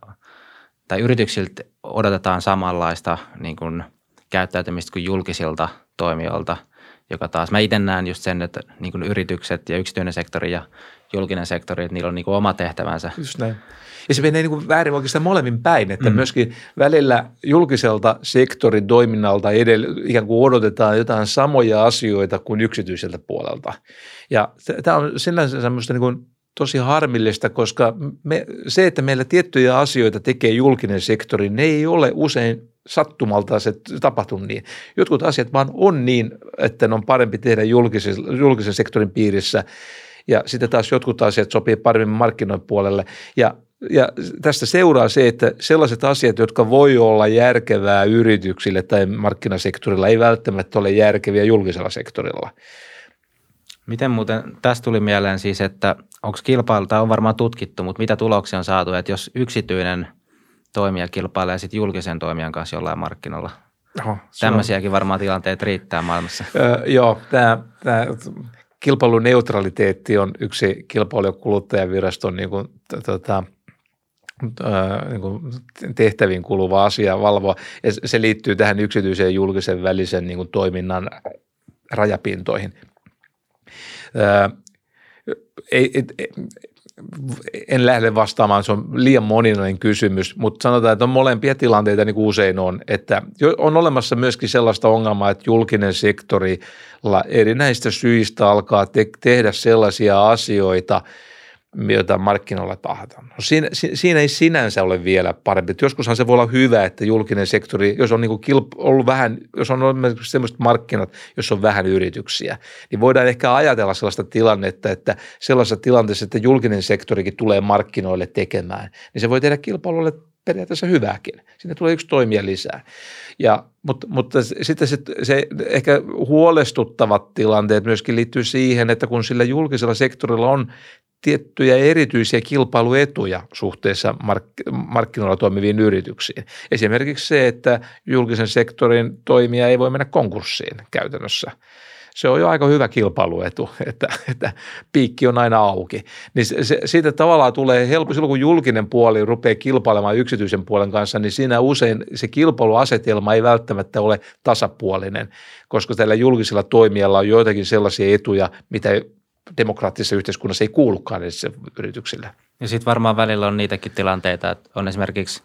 odotetaan samanlaista niin kuin käyttäytymistä kuin julkisilta toimijoilta, joka taas, mä itse näen just sen, että niin kuin yritykset ja yksityinen sektori ja julkinen sektori, että niillä on niin kuin oma tehtävänsä. Just näin. Ja se menee niin kuin väärin oikeastaan molemmin päin, että myöskin välillä julkiselta sektorin toiminnalta ikään kuin odotetaan jotain samoja asioita kuin yksityiseltä puolelta. Ja tämä on sinänsä semmoista niin kuin tosi harmillista, koska se, että meillä tiettyjä asioita tekee julkinen sektori, ne ei ole usein sattumalta se tapahtuu niin. Jotkut asiat vaan on niin, että ne on parempi tehdä julkisen sektorin piirissä ja sitten taas jotkut asiat sopii paremmin markkinoiden puolelle ja tästä seuraa se, että sellaiset asiat, jotka voi olla järkevää yrityksille tai markkinasektorilla, ei välttämättä ole järkeviä julkisella sektorilla. Miten muuten, tästä tuli mieleen siis, että onko kilpailu, tai on varmaan tutkittu, mutta mitä tuloksia on saatu, että jos yksityinen toimija kilpailee sitten julkisen toimijan kanssa jollain markkinoilla? Tämmöisiäkin varmaan tilanteet riittää maailmassa. Joo, tämä kilpailuneutraliteetti on yksi kilpailu- ja kuluttajaviraston niin kuin tehtäviin kuuluva asia valvoa. Ja se liittyy tähän yksityisen ja julkisen välisen niin kuin toiminnan rajapintoihin. En lähde vastaamaan, se on liian moninainen kysymys, mutta sanotaan, että on molempia tilanteita niin kuin usein on, että on olemassa myöskin sellaista ongelmaa, että julkinen sektorilla erinäistä syistä alkaa tehdä sellaisia asioita, joita markkinoilla tahdotaan. No siinä ei sinänsä ole vielä parempi. Joskushan se voi olla hyvä, että julkinen sektori, jos on, niin kuin ollut vähän, jos on sellaiset markkinat, jos on vähän yrityksiä, niin voidaan ehkä ajatella sellaista tilannetta, että sellaisessa tilanteessa, että julkinen sektorikin tulee markkinoille tekemään, niin se voi tehdä kilpailulle periaatteessa hyväkin. Sinne tulee yksi toimija lisää. Mutta sitten se ehkä huolestuttavat tilanteet myöskin liittyy siihen, että kun sillä julkisella sektorilla on tiettyjä erityisiä kilpailuetuja suhteessa markkinoilla toimiviin yrityksiin. Esimerkiksi se, että julkisen sektorin toimija ei voi mennä konkurssiin käytännössä. Se on jo aika hyvä kilpailuetu, että piikki on aina auki. Niin siitä tavallaan tulee helppo, silloin kun julkinen puoli rupeaa kilpailemaan yksityisen puolen kanssa, niin siinä usein se kilpailuasetelma ei välttämättä ole tasapuolinen, koska tällä julkisella toimijalla on joitakin sellaisia etuja, mitä demokraattisessa yhteiskunnassa ei kuulukaan edes yrityksille. Ja sitten varmaan välillä on niitäkin tilanteita, että on esimerkiksi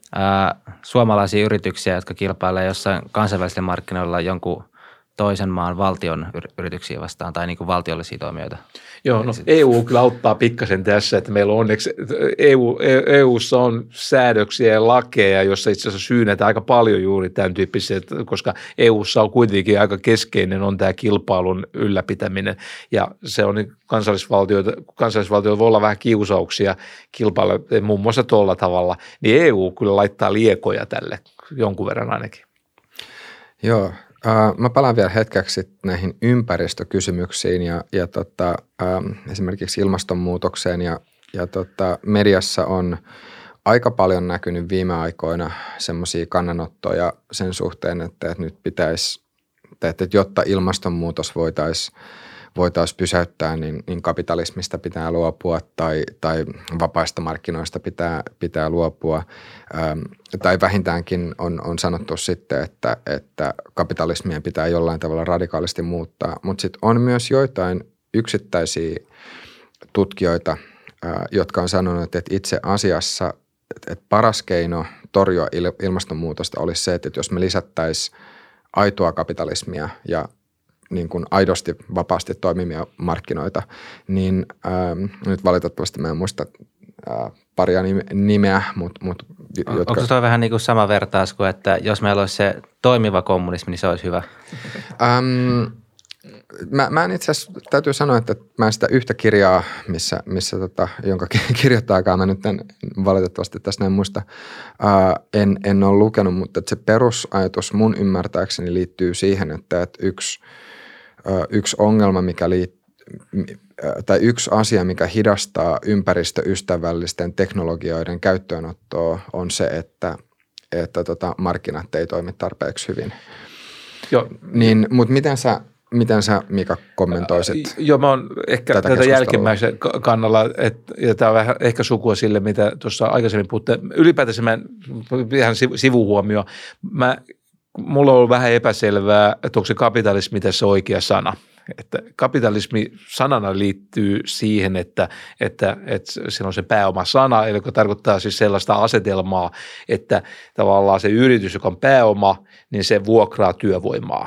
suomalaisia yrityksiä, jotka kilpailevat jossain kansainvälisillä markkinoilla jonkun toisen maan valtion yrityksiä vastaan tai niin kuin valtiollisia toimijoita. Joo, no EU kyllä auttaa pikkasen tässä, että meillä on onneksi EU:ssa on säädöksiä ja lakeja, joissa itse asiassa syynätään aika paljon juuri tämän tyyppisiä, koska EU:ssa on kuitenkin aika keskeinen on tämä kilpailun ylläpitäminen ja se on kansallisvaltioita voi olla vähän kiusauksia kilpailla muun muassa tuolla tavalla, niin EU kyllä laittaa liekoja tälle jonkun verran ainakin. Joo. Mä palaan vielä hetkeksi näihin ympäristökysymyksiin ja esimerkiksi ilmastonmuutokseen ja mediassa on aika paljon näkynyt viime aikoina semmoisia kannanottoja sen suhteen, että nyt pitäisi, että jotta ilmastonmuutos voitaisiin pysäyttää, niin kapitalismista pitää luopua tai vapaista markkinoista pitää luopua. Tai vähintäänkin on sanottu sitten, että kapitalismia pitää jollain tavalla radikaalisti muuttaa. Mutta sitten on myös joitain yksittäisiä tutkijoita, jotka on sanonut, että itse asiassa että paras keino torjua ilmastonmuutosta olisi se, että jos me lisättäisiin aitoa kapitalismia ja niin kuin aidosti vapaasti toimivia markkinoita, niin nyt valitettavasti mä en muista paria nimeä, mutta Onko se vähän niin kuin sama vertaus kuin, että jos meillä olisi se toimiva kommunismi, niin se olisi hyvä? Mä en itse asiassa, täytyy sanoa, että mä en sitä yhtä kirjaa, jonka kirjoittaakaan mä nyt en valitettavasti tässä näin muista, en ole lukenut, mutta se perusajatus mun ymmärtääkseni liittyy siihen, että yksi ongelma, tai yksi asia, mikä hidastaa ympäristöystävällisten teknologioiden käyttöönottoa, on se, että markkinat ei toimi tarpeeksi hyvin. Joo. Niin, mutta miten sä Mika kommentoisit? Joo, mä oon ehkä tätä jälkimmäisen kannalla, ja tämä on vähän ehkä sukua sille, mitä tuossa aikaisemmin puhutte. Ylipäätänsä mä ihan sivuhuomio. Mulla on ollut vähän epäselvää, että onko se kapitalismi tässä oikea sana. Että kapitalismi sanana liittyy siihen, että siinä on se pääomasana, eli joka tarkoittaa siis sellaista asetelmaa, että tavallaan se yritys, joka on pääoma, niin se vuokraa työvoimaa.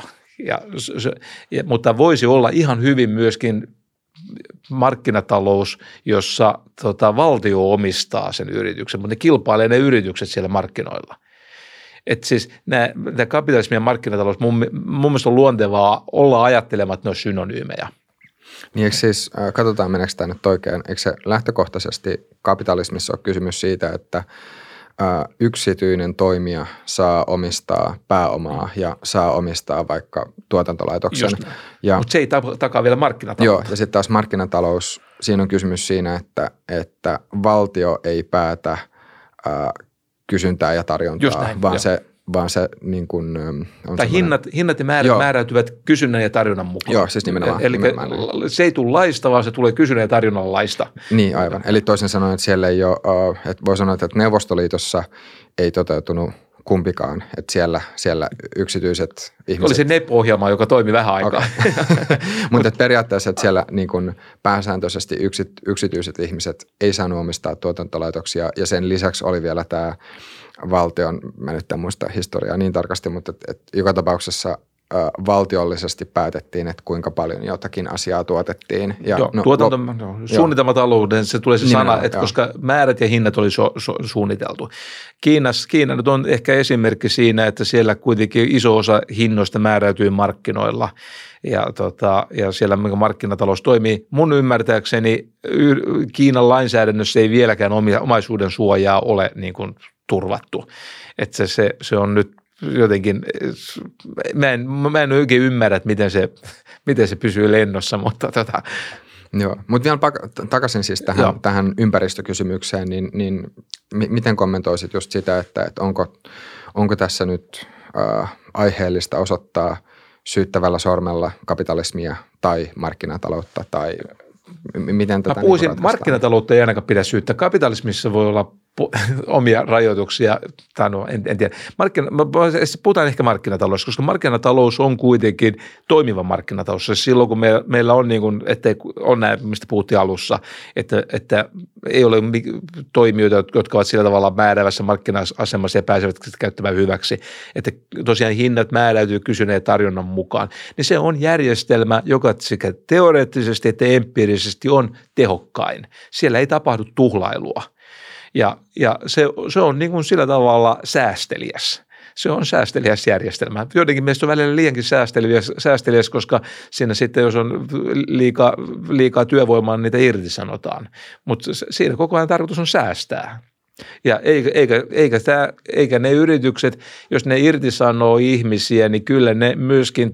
Mutta voisi olla ihan hyvin myöskin markkinatalous, jossa valtio omistaa sen yrityksen, mutta ne kilpailee ne yritykset siellä markkinoilla. Että siis tämä kapitalismi ja markkinatalous mun mielestä on luontevaa olla ajattelematta, että ne on synonyymejä. Niin eikö siis, katsotaan meneekö tämä nyt oikein, eikö se lähtökohtaisesti kapitalismissa ole kysymys siitä, että yksityinen toimija saa omistaa pääomaa ja saa omistaa vaikka tuotantolaitoksen. Mutta se ei takaa vielä markkinataloutta. Joo, ja sitten taas markkinatalous, siinä on kysymys siinä, että valtio ei päätä kysyntää ja tarjontaa, näin, vaan se niin kuin on tai hinnat ja määräytyvät kysynnän ja tarjonnan mukaan. Joo, siis nimenomaan. Eli se ei tule laista, vaan se tulee kysynnän ja tarjonnan laista. Niin, aivan. Eli toisin sanoen, että siellä ei ole, että voi sanoa, että Neuvostoliitossa ei toteutunut kumpikaan, että siellä yksityiset ihmiset. Oli se NEP-ohjelma, joka toimi vähän aikaa. Okay. Mutta periaatteessa, että siellä niin kuin pääsääntöisesti yksityiset ihmiset ei saanut omistaa tuotantolaitoksia ja sen lisäksi oli vielä tämä valtion, mä nyt en muista historiaa niin tarkasti, mutta joka tapauksessa valtiollisesti päätettiin, että kuinka paljon jotakin asiaa tuotettiin. Ja suunnitelmatalouden se tulee se sana, että koska määrät ja hinnat oli suunniteltu. Kiina nyt on ehkä esimerkki siinä, että siellä kuitenkin iso osa hinnoista määräytyy markkinoilla ja siellä markkinatalous toimii. Mun ymmärtääkseni Kiinan lainsäädännössä ei vieläkään omaisuuden suojaa ole niin kuin turvattu. Että se on nyt jotenkin, mä en oikein ymmärrä, että miten se pysyy lennossa, mutta Joo, mutta vielä takaisin siis tähän ympäristökysymykseen, niin miten kommentoisit just sitä, että onko tässä nyt aiheellista osoittaa syyttävällä sormella kapitalismia tai markkinataloutta tai miten tätä? Mä puhuisin, markkinataloutta ei ainakaan pidä syyttää. Kapitalismissa voi olla omia rajoituksia, tai no en tiedä. Puhutaan ehkä markkinatalous, koska markkinatalous on kuitenkin toimiva markkinatalous. Silloin kun meillä on niin kuin, ettei on näin, mistä puhuttiin alussa, että ei ole toimijoita, jotka ovat sillä tavalla määräävässä markkina-asemassa ja pääsevät käyttämään hyväksi, että tosiaan hinnat määräytyy kysynnän ja tarjonnan mukaan, niin se on järjestelmä, joka sekä teoreettisesti että empiirisesti on tehokkain. Siellä ei tapahdu tuhlailua. Ja se on niin kuin sillä tavalla säästeliäs. Se on säästeliäs järjestelmä. Joidenkin mielestä on välillä liiankin säästeliäs, koska siinä sitten, jos on liikaa työvoimaa, niin niitä irtisanotaan. Mutta siinä koko ajan tarkoitus on säästää. Ja eikä ne yritykset, jos ne irtisanoo ihmisiä, niin kyllä ne myöskin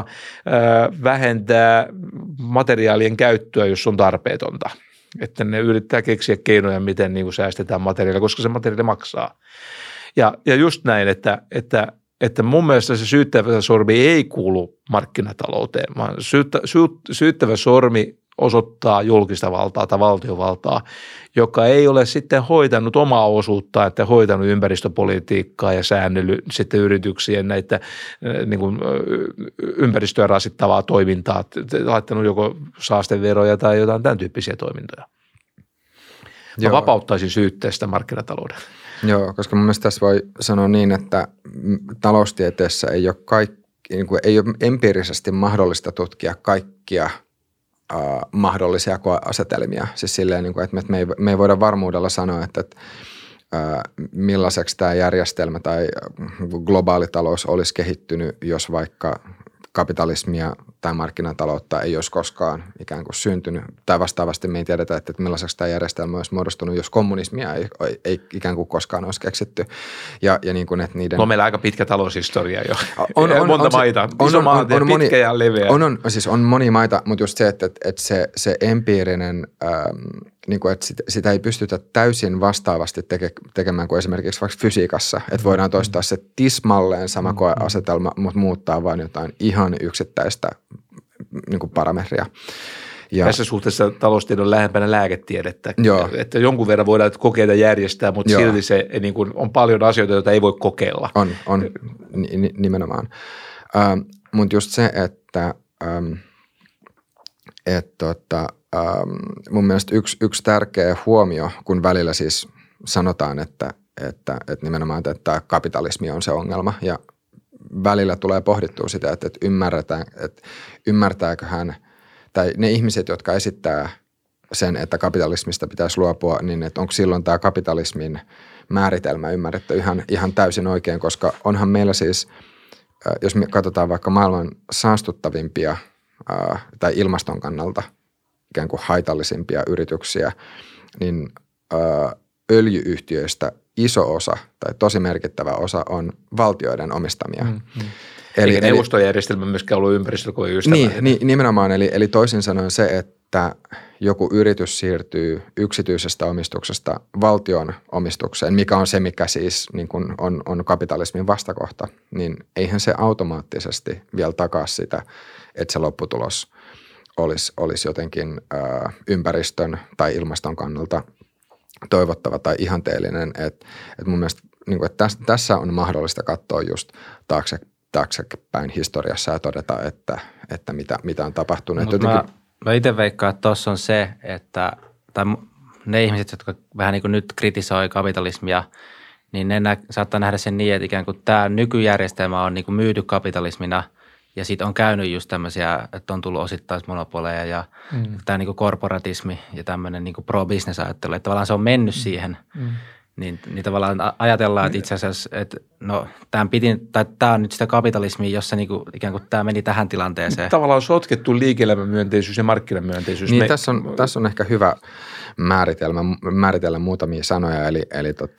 vähentää materiaalien käyttöä, jos on tarpeetonta. Että ne yrittää keksiä keinoja, miten niin kuin säästetään materiaalia, koska se materiaali maksaa. Ja just näin, että mun mielestä se syyttävä sormi ei kuulu markkinatalouteen, vaan syyttävä sormi osoittaa julkista valtaa tai valtiovaltaa, joka ei ole sitten hoitanut omaa osuuttaan, että hoitanut ympäristöpolitiikkaa ja säännellyt sitten yrityksien näitä niin kuin ympäristöä rasittavaa toimintaa, laittanut joko saasteveroja tai jotain tämän tyyppisiä toimintoja. Mä vapauttaisin syytteestä markkinatalouden. Joo, koska mun mielestä tässä voi sanoa niin, että taloustieteessä ei ole empiirisesti mahdollista tutkia kaikkia mahdollisia koeasetelmia. Siis silleen, että me ei voida varmuudella sanoa, että millaiseksi tämä järjestelmä tai globaali talous olisi kehittynyt, jos vaikka kapitalismia tai markkinataloutta ei olisi koskaan ikään kuin syntynyt. Tai vastaavasti me ei tiedetä, että millaiseksi tämä järjestelmä olisi muodostunut, jos kommunismia ei ikään kuin koskaan olisi keksitty. Ja niin kuin, että niiden... No meillä aika pitkä taloushistoria jo. On monta maita. Iso maa, pitkä ja leveä. On monia maita, mutta just se, että se empiirinen... niin kuin, että sitä ei pystytä täysin vastaavasti tekemään kuin esimerkiksi vaikka fysiikassa, että voidaan toistaa se tismalleen sama koeasetelma, mutta muuttaa vain jotain ihan yksittäistä niin kuin parametria. Ja tässä suhteessa taloustiede on lähempänä lääketiedettä, että jonkun verran voidaan kokeita järjestää, mutta silti se niin kuin, on paljon asioita, joita ei voi kokeilla. On nimenomaan. Mutta just se, että mun mielestä yksi tärkeä huomio, kun välillä siis sanotaan, että nimenomaan että kapitalismi on se ongelma ja välillä tulee pohdittua sitä, että ymmärtääköhän tai ne ihmiset, jotka esittää sen, että kapitalismista pitäisi luopua, niin että onko silloin tämä kapitalismin määritelmä ymmärretty ihan täysin oikein, koska onhan meillä siis, jos me katsotaan vaikka maailman saastuttavimpia tai ilmaston kannalta ikään kuin haitallisimpia yrityksiä, niin öljy-yhtiöistä iso osa tai tosi merkittävä osa on valtioiden omistamia. Eikä neuvostojärjestelmä myöskään ollut ympäristöllä kuin ystävällinen. Niin, nimenomaan. Eli toisin sanoen se, että joku yritys siirtyy yksityisestä omistuksesta valtion omistukseen, mikä on se, mikä siis niin kuin on kapitalismin vastakohta, niin eihän se automaattisesti vielä takaa sitä, että se lopputulos olisi jotenkin ympäristön tai ilmaston kannalta toivottava tai ihanteellinen. Että mun mielestä niin kuin, että tässä on mahdollista katsoa just taaksepäin historiassa ja todeta, että mitä on tapahtunut. Mä itse veikkaan, että tuossa on se, että tai ne ihmiset, jotka vähän niin kuin nyt kritisoi kapitalismia, niin ne saattaa nähdä sen niin, että ikään kuin tämä nykyjärjestelmä on niin kuin myyty kapitalismina ja sitten on käynyt just tämmöisiä, että on tullut osittaismonopoleja ja tämä niin kuin korporatismi ja tämmöinen niin kuin pro-business-ajattelu, että tavallaan se on mennyt siihen. Niin tavallaan ajatellaan, että itse asiassa, että no tämä on nyt sitä kapitalismia, jossa niinku, ikään kuin tämä meni tähän tilanteeseen. Tavallaan on sotkettu liike-elämämyönteisyys ja markkinamyönteisyys. Niin, tässä on ehkä hyvä määritellä muutamia sanoja, eli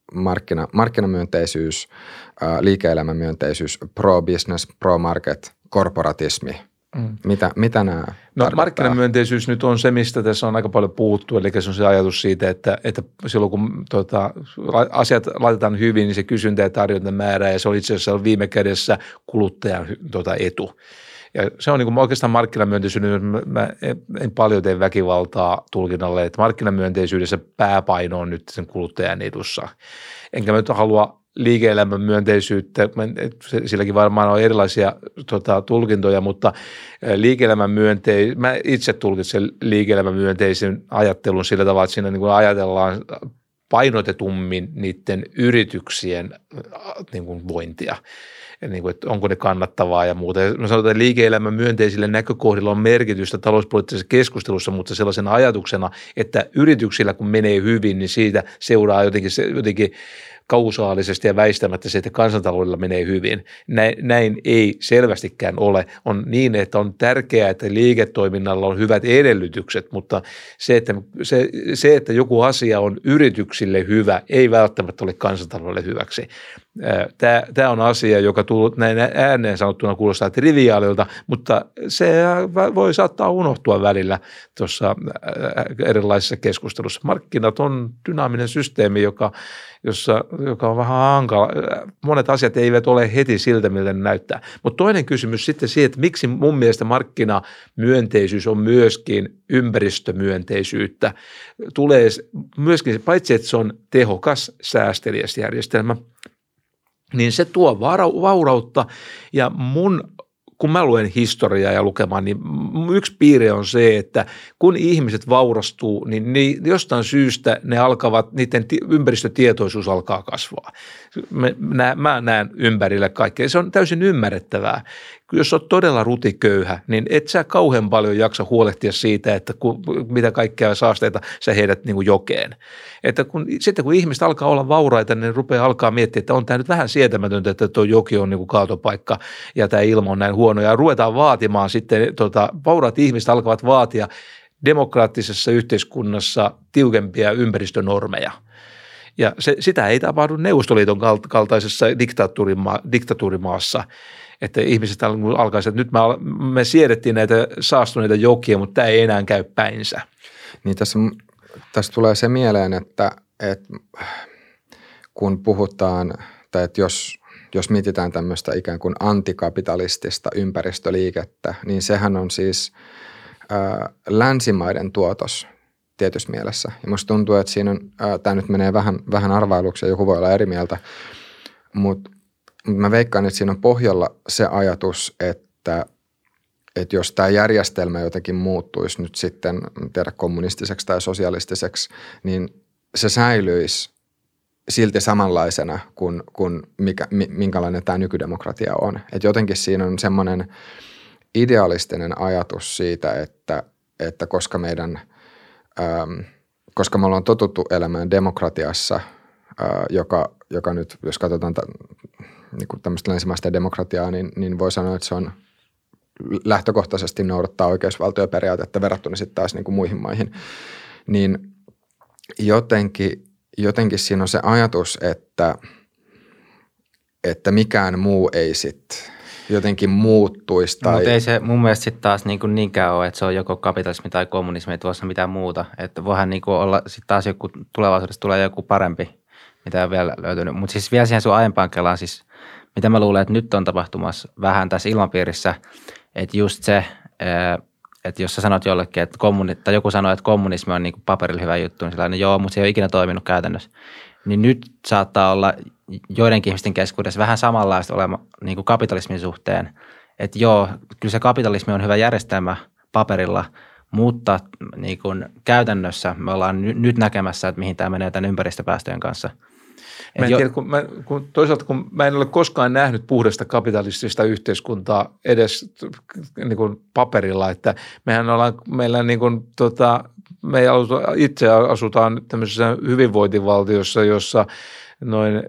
markkinamyönteisyys, liike-elämämyönteisyys, pro-business, pro-market, korporatismi. Mitä nämä tarkoittaa? Markkinamyönteisyys nyt on se, mistä tässä on aika paljon puhuttu, eli se on se ajatus siitä, että silloin kun asiat laitetaan hyvin, niin se kysyntä ja tarjonta määrää, ja se on itse asiassa viime kädessä kuluttajan etu. Ja se on niin kuin oikeastaan markkinamyönteisyydessä, mä en paljon tee väkivaltaa tulkinnalle, että markkinamyönteisyydessä pääpaino on nyt sen kuluttajan edussa. Enkä mä nyt halua liike-elämän myönteisyyttä, silläkin varmaan on erilaisia tulkintoja, mutta liike-elämän mä itse tulkitsen liike-elämän myönteisen ajattelun sillä tavalla, että siinä niin kuin ajatellaan painotetummin niiden yrityksien niin kuin vointia. Niin kuin, että onko ne kannattavaa ja muuta. Mä sanotaan, että liike-elämän myönteisille näkökohdilla on merkitystä talouspoliittisessa keskustelussa, mutta sellaisena ajatuksena, että yrityksillä kun menee hyvin, niin siitä seuraa jotenkin kausaalisesti ja väistämättä se, että kansantaloudella menee hyvin. Näin ei selvästikään ole. On niin, että on tärkeää, että liiketoiminnalla on hyvät edellytykset, mutta se, että joku asia on yrityksille hyvä, ei välttämättä ole kansantaloudelle hyväksi. Tämä on asia, joka näin ääneen sanottuna kuulostaa triviaalilta, mutta se voi saattaa unohtua välillä tuossa erilaisissa keskustelussa. Markkinat on dynaaminen systeemi, joka on vähän hankala. Monet asiat eivät ole heti siltä, miltä ne näyttää. Mutta toinen kysymys sitten siihen, että miksi mun mielestä markkinamyönteisyys on myöskin ympäristömyönteisyyttä. Tulee myöskin, paitsi että se on tehokas, säästeliäs järjestelmä, niin se tuo vaurautta ja kun mä luen historiaa ja lukemaan, niin yksi piirre on se, että kun ihmiset vaurastuu, niin jostain syystä niiden ympäristötietoisuus alkaa kasvaa. Mä näen ympärille kaikkea. Se on täysin ymmärrettävää. Jos olet todella rutiköyhä, niin et sä kauhean paljon jaksa huolehtia siitä, että mitä kaikkea saasteita sä heidät niin kuin jokeen. Että sitten kun ihmiset alkaa olla vauraita, niin ne alkaa miettiä, että on tämä nyt vähän sietämätöntä, että tuo joki on niin kuin kaatopaikka ja tämä ilma on näin huono. Ja ruvetaan vaatimaan sitten, vauraat ihmiset alkavat vaatia demokraattisessa yhteiskunnassa tiukempia ympäristönormeja. Ja sitä ei tapahdu Neuvostoliiton kaltaisessa diktatuurimaassa, että ihmiset alkaisivat, että nyt me siedettiin näitä saastuneita jokia, mutta tämä ei enää käy päinsä. Niin tässä tulee se mieleen, että kun puhutaan, tai että jos mietitään tämmöistä ikään kuin antikapitalistista ympäristöliikettä, niin sehän on siis länsimaiden tuotos tietyssä mielessä. Ja musta tuntuu, että siinä on, tämä nyt menee vähän arvailuksi ja joku voi olla eri mieltä, mutta mä veikkaan, että siinä on pohjalla se ajatus, että jos tämä järjestelmä jotenkin muuttuisi nyt sitten tiedä kommunistiseksi tai sosialistiseksi, niin se säilyisi silti samanlaisena kuin minkälainen tämä nykydemokratia on. Että jotenkin siinä on semmoinen idealistinen ajatus siitä, että koska me ollaan totuttu elämään demokratiassa, joka nyt, jos katsotaan niin tämmöistä länsimaista demokratiaa, niin voi sanoa, että se on lähtökohtaisesti noudattaa oikeusvaltioperiaatetta verrattuna sitten taas niin kuin muihin maihin. Niin jotenkin siinä on se ajatus, että mikään muu ei sitten jotenkin muuttuisi. Mutta ei se mun mielestä sitten taas niinkään ole, että se on joko kapitalismi tai kommunismi, että voisi mitään muuta. Että voihan olla sitten taas joku tulevaisuudessa tulee joku parempi, mitä on vielä löytynyt. Mutta siis vielä siihen sun aiempaan kelaan, siis mitä mä luulen, että nyt on tapahtumassa vähän tässä ilmapiirissä, että just se, että jos sä sanot jollekin, että tai joku sanoo, että kommunismi on niinku paperilla hyvä juttu, niin sellainen, joo, mutta se ei ole ikinä toiminut käytännössä. Niin nyt saattaa olla joidenkin ihmisten keskuudessa vähän samanlaista olema niin kuin kapitalismin suhteen. Että joo, kyllä se kapitalismi on hyvä järjestelmä paperilla, mutta niin kuin käytännössä me ollaan nyt näkemässä, että mihin tämä menee tämän ympäristöpäästöjen kanssa. Mä en tiedä, toisaalta kun mä en ole koskaan nähnyt puhdasta kapitalistista yhteiskuntaa edes niin kuin paperilla, että meillä niin kuin, me itse asutaan tämmöisessä hyvinvointivaltiossa, jossa noin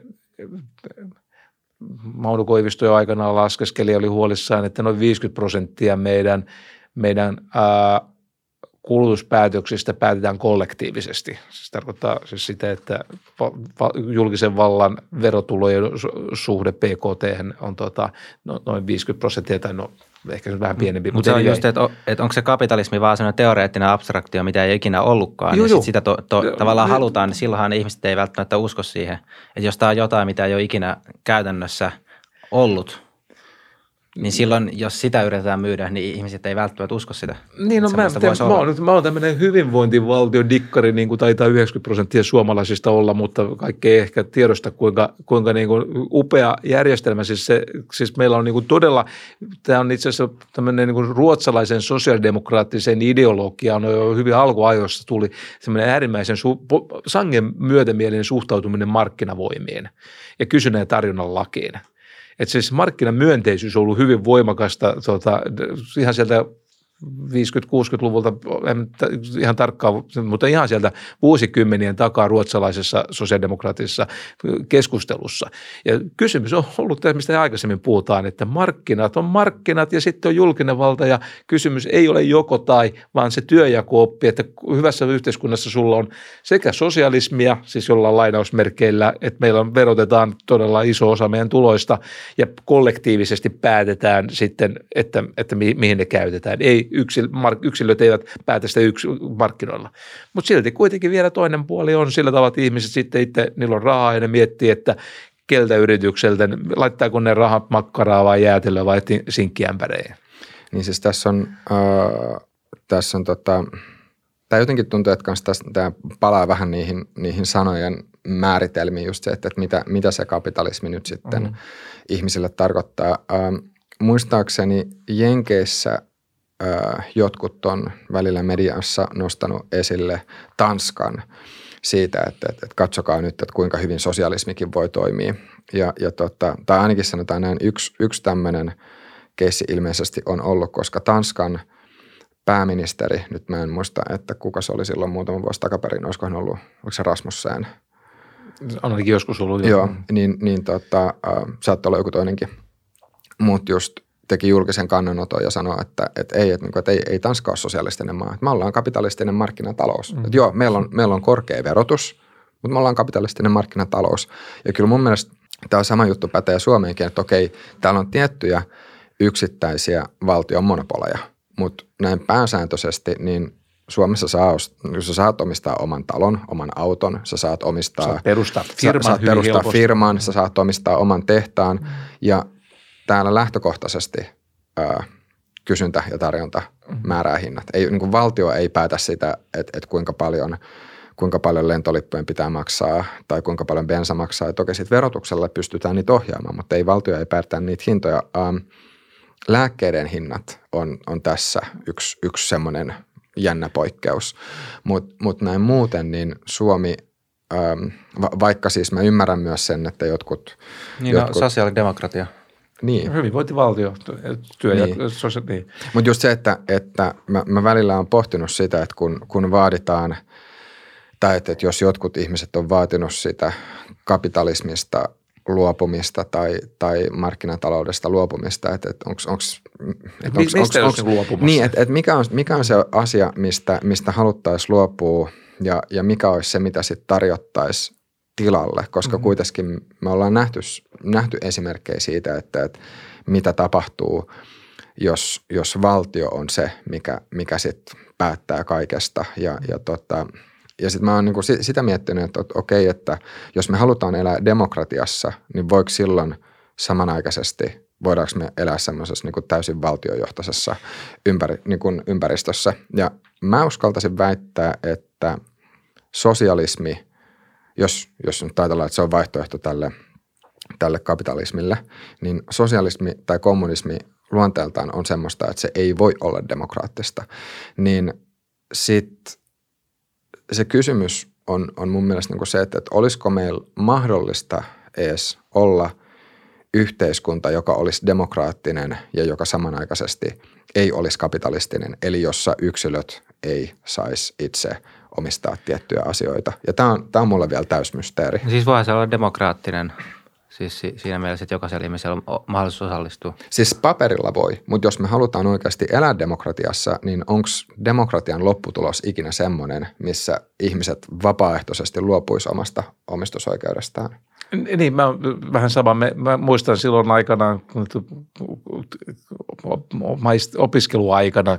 Mauno Koivisto jo aikanaan laskeskeli ja oli huolissaan, että noin 50% meidän kulutuspäätöksistä päätetään kollektiivisesti. Se tarkoittaa siis sitä, että julkisen vallan verotulojen suhde PKT on noin 50% tai ehkä vähän pienempi. Mutta se on just, että onko se kapitalismi vaan sellainen teoreettinen abstraktio, mitä ei ikinä ollutkaan. Joo, ja sit sitä tavallaan halutaan, niin silloinhan ihmiset ei välttämättä usko siihen. Että jos tämä on jotain, mitä ei ole ikinä käytännössä ollut, niin silloin, jos sitä yritetään myydä, niin ihmiset ei välttämättä usko sitä. Niin, mä oon tämmöinen hyvinvointivaltion dikkari, niin kuin taitaa 90% suomalaisista olla, mutta kaikki ei ehkä tiedosta, kuinka niin kuin upea järjestelmä. Siis meillä on niin kuin todella, tämä on itse asiassa tämmöinen niin kuin ruotsalaisen sosiaalidemokraattisen ideologiaan jo hyvin alkuajoissa tuli semmoinen äärimmäisen sangen myötämielinen suhtautuminen markkinavoimiin ja kysynnän ja tarjonnan lakiin. Että siis markkinamyönteisyys on ollut hyvin voimakasta ihan sieltä 50-60-luvulta, en ihan tarkkaan, mutta ihan sieltä vuosikymmenien takaa ruotsalaisessa sosiaalidemokraattisessa keskustelussa. Ja kysymys on ollut tämä, mistä aikaisemmin puhutaan, että markkinat on markkinat ja sitten on julkinen valta ja kysymys ei ole joko tai, vaan se työnjako-oppi, että hyvässä yhteiskunnassa sulla on sekä sosialismia, siis jollain lainausmerkeillä, että meillä verotetaan todella iso osa meidän tuloista ja kollektiivisesti päätetään sitten, että mihin ne käytetään. Ei yksilöt eivät päätä sitä markkinoilla. Mutta silti kuitenkin vielä toinen puoli on sillä tavalla, että ihmiset sitten itse, niillä on rahaa ja ne miettii, että keltä yritykseltä, laittaako ne rahat makkaraa vai jäätelöä vai sinkkiämpäreihin. Niin siis tässä on tämä jotenkin tuntuu, että tämä palaa vähän niihin sanojen määritelmiin just se, että mitä se kapitalismi nyt sitten ihmisille tarkoittaa. Muistaakseni Jenkeissä jotkut on välillä mediassa nostanut esille Tanskan siitä, että katsokaa nyt, että kuinka hyvin sosialismikin voi toimia. Tai ainakin sanotaan näin, yksi tämmöinen keissi ilmeisesti on ollut, koska Tanskan pääministeri, nyt mä en muista, että kuka se oli silloin muutama vuosi takaperin, olisikohan ollut, oliko se Rasmussen? On ainakin joskus ollut. Joo, saattoi olla joku toinenkin, mutta just teki julkisen kannanoton ja sanoi, että ei Tanska ole sosialistinen maa. Että me ollaan kapitalistinen markkinatalous. Että joo, meillä on korkea verotus, mutta me ollaan kapitalistinen markkinatalous. Ja kyllä mun mielestä tämä sama juttu pätee Suomeenkin, että okei, täällä on tiettyjä yksittäisiä valtion monopoleja, mutta näin pääsääntöisesti niin Suomessa sä saat omistaa oman talon, oman auton, sä saat perustaa firman, sä saat omistaa oman tehtaan ja täällä lähtökohtaisesti kysyntä ja tarjonta määrää hinnat. Niin kuin valtio ei päätä sitä, että kuinka paljon lentolippujen pitää maksaa tai kuinka paljon bensa maksaa. Ja toki sitten verotuksella pystytään niitä ohjaamaan, mutta valtio ei päätä niitä hintoja. Lääkkeiden hinnat on tässä yksi semmoinen jännä poikkeus. Mut näin muuten, niin Suomi, vaikka siis mä ymmärrän myös sen, että jotkut sosiaalidemokratia. Niin. Hyvinvointivaltio, työ niin. ja sosiaali. Niin. Mutta just se, että mä välillä olen pohtinut sitä, että kun vaaditaan, tai että jos jotkut ihmiset on vaatinut sitä kapitalismista luopumista tai markkinataloudesta luopumista, että onko luopumassa? Niin, että mikä on se asia, mistä haluttaisiin luopua ja mikä olisi se, mitä sitten tarjottaisiin tilalle, koska kuitenkin me ollaan nähty esimerkkejä siitä, että mitä tapahtuu, jos valtio on se, mikä sitten päättää kaikesta. Ja sitten mä oon niinku sitä miettinyt, että okei, että jos me halutaan elää demokratiassa, niin voiko silloin samanaikaisesti, voidaanko me elää semmoisessa niinku täysin valtiojohtaisessa ympäristössä. Ja mä uskaltaisin väittää, että sosialismi, jos nyt ajatellaan, että se on vaihtoehto tälle kapitalismille, niin sosialismi tai kommunismi luonteeltaan on semmoista, että se ei voi olla demokraattista. Niin sitten se kysymys on mun mielestä niin se, että olisiko meillä mahdollista edes olla yhteiskunta, joka olisi demokraattinen ja joka samanaikaisesti ei olisi kapitalistinen, eli jossa yksilöt ei saisi itse omistaa tiettyjä asioita. Ja tämä on mulle vielä täysmysteeri. Siis voihan se olla demokraattinen Siis siinä mielessä, että jokaisella ihmisellä on mahdollisuus osallistua. Siis paperilla voi, mutta jos me halutaan oikeasti elää demokratiassa, niin onko demokratian lopputulos ikinä semmoinen, missä ihmiset vapaaehtoisesti luopuisi omasta omistusoikeudestaan? Niin, mä vähän sama. Mä muistan silloin aikanaan, opiskeluaikana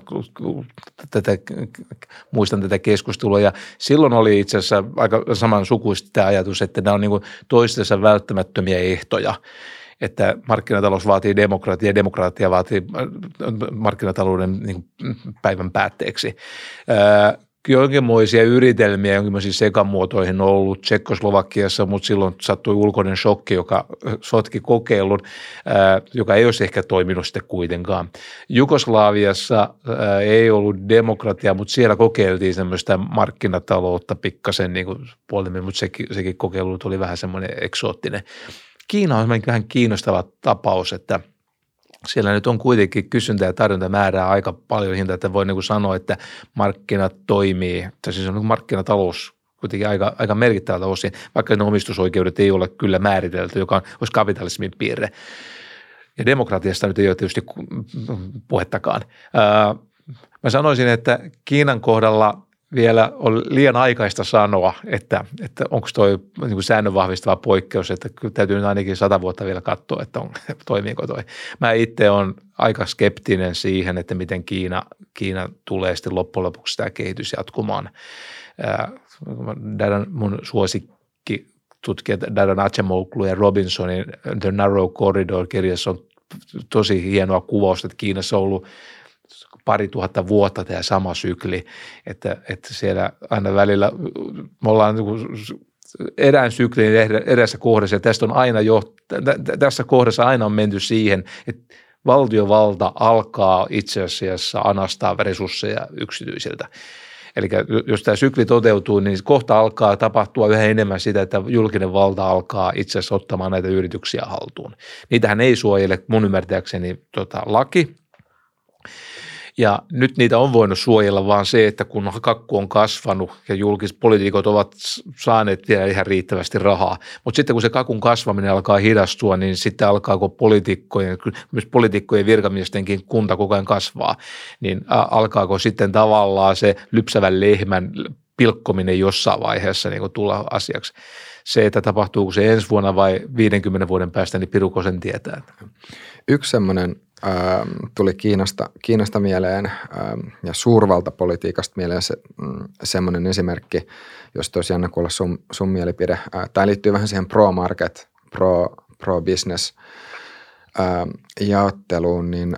muistan tätä keskustelua ja silloin oli itse asiassa aika samansukuista tämä ajatus, että nämä on niin kuin toistensa välttämättömiä ehtoja, että markkinatalous vaatii demokratiaa ja demokratia vaatii markkinatalouden niin kuin päivän päätteeksi. Jonkinmoisia yritelmiä, jonkinmoisiin sekamuotoihin on ollut Tsekkoslovakiassa, mutta silloin sattui ulkoinen shokki, joka sotki kokeilun, joka ei olisi ehkä toiminut sitten kuitenkaan. Jugoslaviassa ei ollut demokratia, mutta siellä kokeiltiin semmoista markkinataloutta pikkasen niin kuin puolimmin, mutta sekin kokeilu oli vähän semmoinen eksoottinen. Kiina on vähän kiinnostava tapaus, että siellä nyt on kuitenkin kysyntä ja tarjonta määrää aika paljon hintaa, että voi niin kuin sanoa, että markkinat toimii, tai siis on niin markkinatalous kuitenkin aika merkittävältä osin, vaikka ne omistusoikeudet ei ole kyllä määritelty, joka olisi kapitalismin piirre. Ja demokratiasta nyt ei ole tietysti puhettakaan. Mä sanoisin, että Kiinan kohdalla vielä on liian aikaista sanoa, että onko toi niin kuin säännön vahvistava poikkeus, että kyllä täytyy nyt ainakin 100 vuotta vielä katsoa, että toimiiko toi. Mä itse olen aika skeptinen siihen, että miten Kiina tulee sitten loppujen lopuksi tämä kehitys jatkumaan. Mun suosikki tutkijat Daran Acemoglu ja Robinsonin The Narrow Corridor-kirjassa on tosi hienoa kuvausta, että Kiinassa on ollut 2000 vuotta tämä sama sykli, että siellä aina välillä me ollaan erään syklin erässä kohdassa ja tässä kohdassa aina on menty siihen, että valtiovalta alkaa itse asiassa anastaa resursseja yksityisiltä. Eli jos tämä sykli toteutuu, niin kohta alkaa tapahtua yhä enemmän sitä, että julkinen valta alkaa itse asiassa ottamaan näitä yrityksiä haltuun. Niitähän ei suojele mun ymmärtääkseni laki. Ja nyt niitä on voinut suojella vaan se, että kun kakku on kasvanut ja poliitikot ovat saaneet vielä ihan riittävästi rahaa, mutta sitten kun se kakun kasvaminen alkaa hidastua, niin sitten alkaako myös poliitikkojen virkamiestenkin kunta koko ajan kasvaa, niin alkaako sitten tavallaan se lypsävän lehmän pilkkominen jossain vaiheessa niin kuin tulla asiaksi. Se, että tapahtuuko se ensi vuonna vai 50 vuoden päästä, niin piruko sen tietää. Yksi semmoinen tuli Kiinasta mieleen ja suurvaltapolitiikasta mieleen semmoinen esimerkki, jos olisi jännä kuulla sun mielipide. Tämä liittyy vähän siihen pro-market, pro-business jaotteluun, niin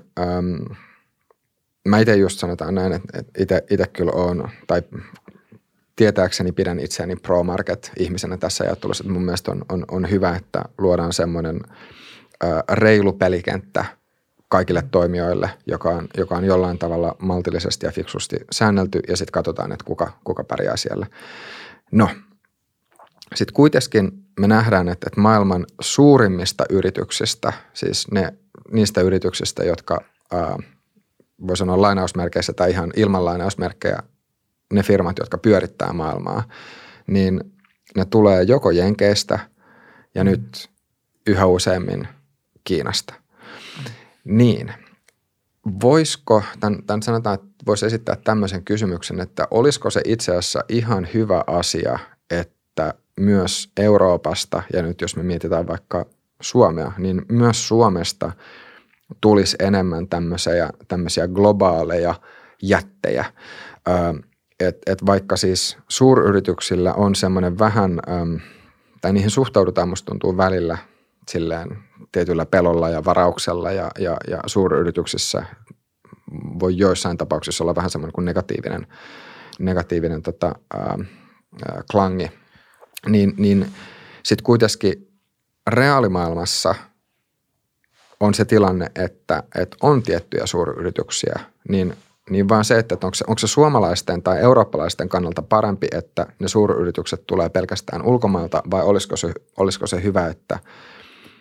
mä itse just sanotaan näin, että itse kyllä on, tai tietääkseni pidän itseäni pro-market-ihmisenä tässä ajattelussa, että mun mielestä on hyvä, että luodaan semmoinen reilu pelikenttä kaikille toimijoille, joka on jollain tavalla maltillisesti ja fiksusti säännelty ja sitten katsotaan, että kuka pärjää siellä. No, sitten kuitenkin me nähdään, että maailman suurimmista yrityksistä, siis niistä yrityksistä, jotka voi sanoa lainausmerkeissä tai ihan ilman lainausmerkkejä, ne firmat, jotka pyörittää maailmaa, niin ne tulee joko Jenkeistä ja nyt yhä useammin Kiinasta. Niin, voisiko, tämän sanotaan, että voisi esittää tämmöisen kysymyksen, että olisiko se itse asiassa ihan hyvä asia, että myös Euroopasta, ja nyt jos me mietitään vaikka Suomea, niin myös Suomesta tulisi enemmän tämmöisiä globaaleja jättejä. Et vaikka siis suuryrityksillä on semmoinen vähän, tai niihin suhtaudutaan musta tuntuu välillä silleen tietyllä pelolla ja varauksella ja suuryrityksissä voi joissain tapauksissa olla vähän semmoinen kuin negatiivinen klangi. Niin sitten kuitenkin reaalimaailmassa on se tilanne, että on tiettyjä suuryrityksiä, niin vaan se, että onko se suomalaisten tai eurooppalaisten kannalta parempi, että ne suuryritykset tulee pelkästään ulkomailta vai olisiko se hyvä, että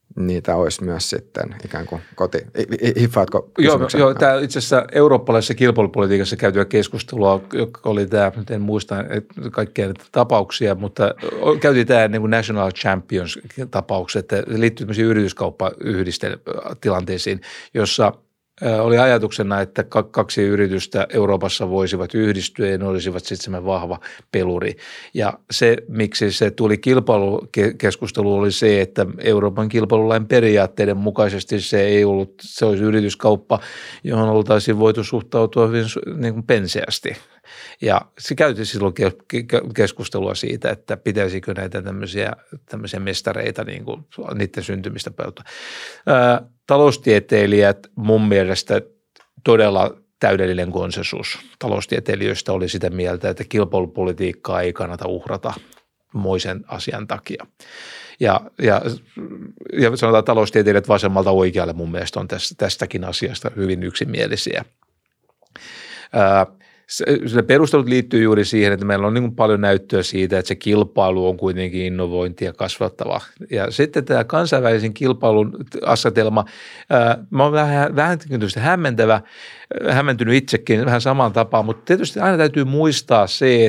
niitä olisi myös sitten ikään kuin hiffaatko kysymyksen? Joo, tämä itse asiassa eurooppalaisessa kilpailupolitiikassa käytyä keskustelua, joka oli tämä, en muista kaikkia näitä tapauksia, mutta käytiin tämä niin kuin National Champions-tapaukset, että liittyy tämmöisiin yrityskauppayhdisteltilanteisiin, jossa oli ajatuksena, että kaksi yritystä Euroopassa voisivat yhdistyä ja ne olisivat sitten semmoinen vahva peluri. Ja se, miksi se tuli kilpailukeskustelu, oli se, että Euroopan kilpailulain periaatteiden mukaisesti se olisi yrityskauppa, johon oltaisiin voitu suhtautua hyvin niin kuin penseästi. Ja se käytiin silloin keskustelua siitä, että pitäisikö näitä tämmöisiä mestareita, niin kuin niiden syntymistä pelata. Taloustieteilijät mun mielestä todella täydellinen konsensus. Taloustieteilijöistä oli sitä mieltä, että kilpailupolitiikkaa ei kannata uhrata moisen asian takia. Ja sanotaan taloustieteilijät vasemmalta oikealle mun mielestä on tästäkin asiasta hyvin yksimielisiä. Se perustelut liittyy juuri siihen, että meillä on niin kuin paljon näyttöä siitä, että se kilpailu on kuitenkin innovointia kasvattava. Ja sitten tämä kansainvälisen kilpailun asetelma, mä oon vähän hämmentynyt itsekin vähän samaan tapaan, mutta tietysti aina täytyy muistaa se,